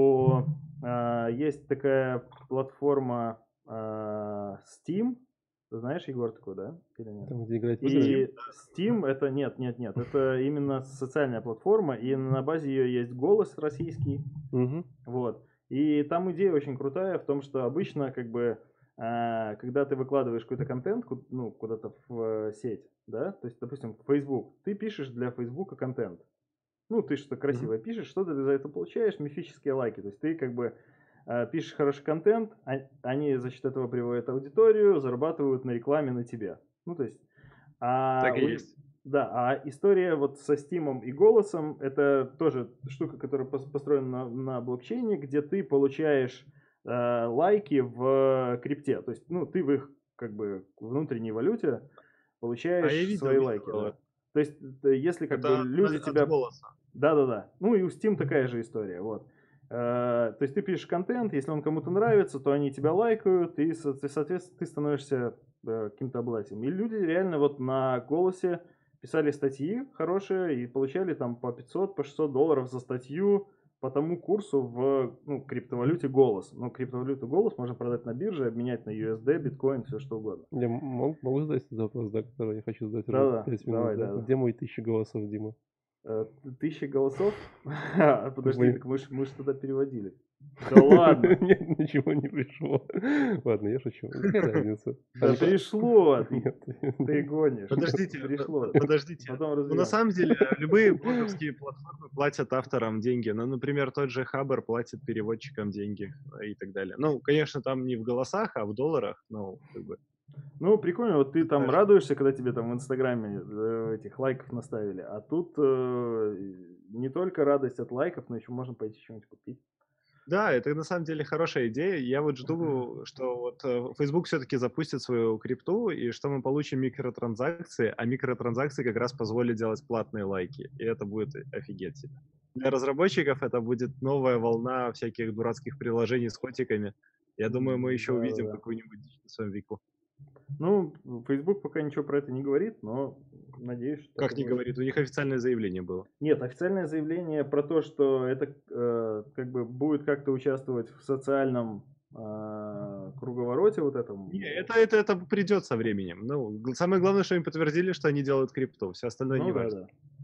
есть такая платформа Steam. Ты знаешь, Егор, такой, да? Или нет? Там, где играть в И игры? Steam это нет, это именно социальная платформа, и на базе ее есть голос российский. Угу. Вот. И там идея очень крутая в том, что обычно, как бы, когда ты выкладываешь какой-то контент, ну, куда-то в сеть, да, то есть, допустим, в Facebook, ты пишешь для Facebook контент. Ну, ты что-то красивое пишешь, что ты за это получаешь? Мифические лайки. То есть ты как бы пишешь хороший контент, они за счет этого приводят аудиторию, зарабатывают на рекламе на тебе. Ну, то есть... Так и есть. Да, а история вот со Steam и голосом, это тоже штука, которая построена на блокчейне, где ты получаешь лайки в крипте. То есть, ну, ты в их как бы внутренней валюте получаешь свои лайки. Да. То есть, если как бы люди тебя... Да. Ну и у Steam такая же история. Вот. То есть ты пишешь контент, если он кому-то нравится, то они тебя лайкают, и, соответственно, ты становишься каким-то обладателем. И люди реально вот на голосе писали статьи хорошие и получали там по 500, по 600 долларов за статью по тому курсу в криптовалюте голос. Ну, криптовалюту голос можно продать на бирже, обменять на USD, биткоин, все что угодно. Я могу задать этот вопрос, да, который я хочу задать уже 5 минут. Да. Где мои 1000 голосов, Дима? 1000 голосов? Подожди, так мы же туда переводили. Да ладно. Нет, ничего не пришло. Ладно, я шучу. Какая разница? Да пришло. Нет. Ты гонишь. Подождите. Потом Ну, на самом деле, любые блоговские платформы платят авторам деньги. Ну, например, тот же Хабр платит переводчикам деньги и так далее. Ну, конечно, там не в голосах, а в долларах. Ну, как бы. Ну, прикольно, вот ты там радуешься, когда тебе там в Инстаграме этих лайков наставили, а тут не только радость от лайков, но еще можно пойти что-нибудь купить. Да, это на самом деле хорошая идея. Я вот жду, что вот Facebook все-таки запустит свою крипту, и что мы получим микротранзакции, а микротранзакции как раз позволят делать платные лайки, и это будет офигеть. Для разработчиков это будет новая волна всяких дурацких приложений с котиками. Я думаю, мы еще увидим какую-нибудь дичь на своем веку. Ну, Facebook пока ничего про это не говорит, но надеюсь, что... Как не говорит? У них официальное заявление было. Нет, официальное заявление про то, что это как бы будет как-то участвовать в социальном круговороте вот этом. Не, это придет со временем. Ну, самое главное, что они подтвердили, что они делают крипту. Все остальное не важно.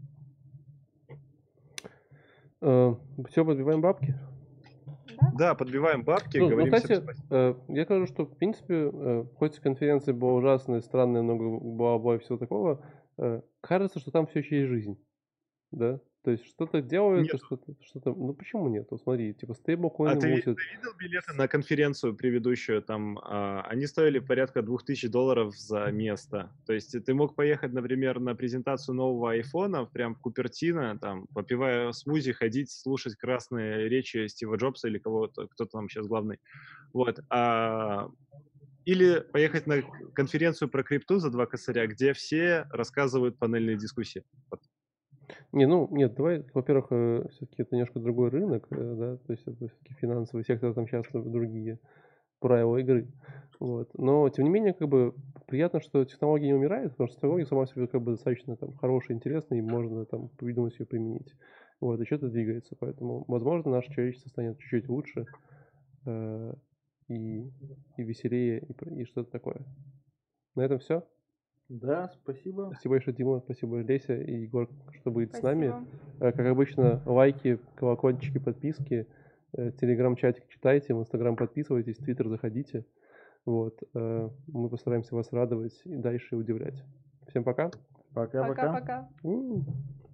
Все, подбиваем бабки? Да, подбиваем бабки, говорим всем спасибо. Я скажу, что, в принципе, хоть конференция была ужасная, странная, много бла-бла и всего такого, кажется, что там все еще есть жизнь, да? То есть что-то делается, что-то... Ну, почему нет? Вот смотри, типа стейблкоины мутят. Ты видел билеты на конференцию предыдущую? Там они стоили порядка $2000 за место. То есть ты мог поехать, например, на презентацию нового айфона, прям в Купертино, там, попивая смузи, ходить, слушать красные речи Стива Джобса или кого-то, кто там сейчас главный. Вот. Или поехать на конференцию про крипту за 2 косаря, где все рассказывают панельные дискуссии. Вот. Нет, давай, во-первых, все-таки это немножко другой рынок, да, то есть это все-таки финансовый сектор, там сейчас другие правила игры, вот. Но, тем не менее, как бы приятно, что технология не умирает, потому что технология сама себе как бы достаточно там хорошая, интересная, и можно там придумать ее применить, вот, и что-то двигается, поэтому, возможно, наше человечество станет чуть-чуть лучше, и веселее, и что-то такое. На этом все. Да, спасибо. Спасибо большое, Дима, спасибо Леся и Егор, что будет с нами. Как обычно, лайки, колокольчики, подписки, телеграм-чатик читайте, в инстаграм подписывайтесь, в твиттер заходите. Вот. Мы постараемся вас радовать и дальше удивлять. Всем пока. Пока-пока. Пока-пока.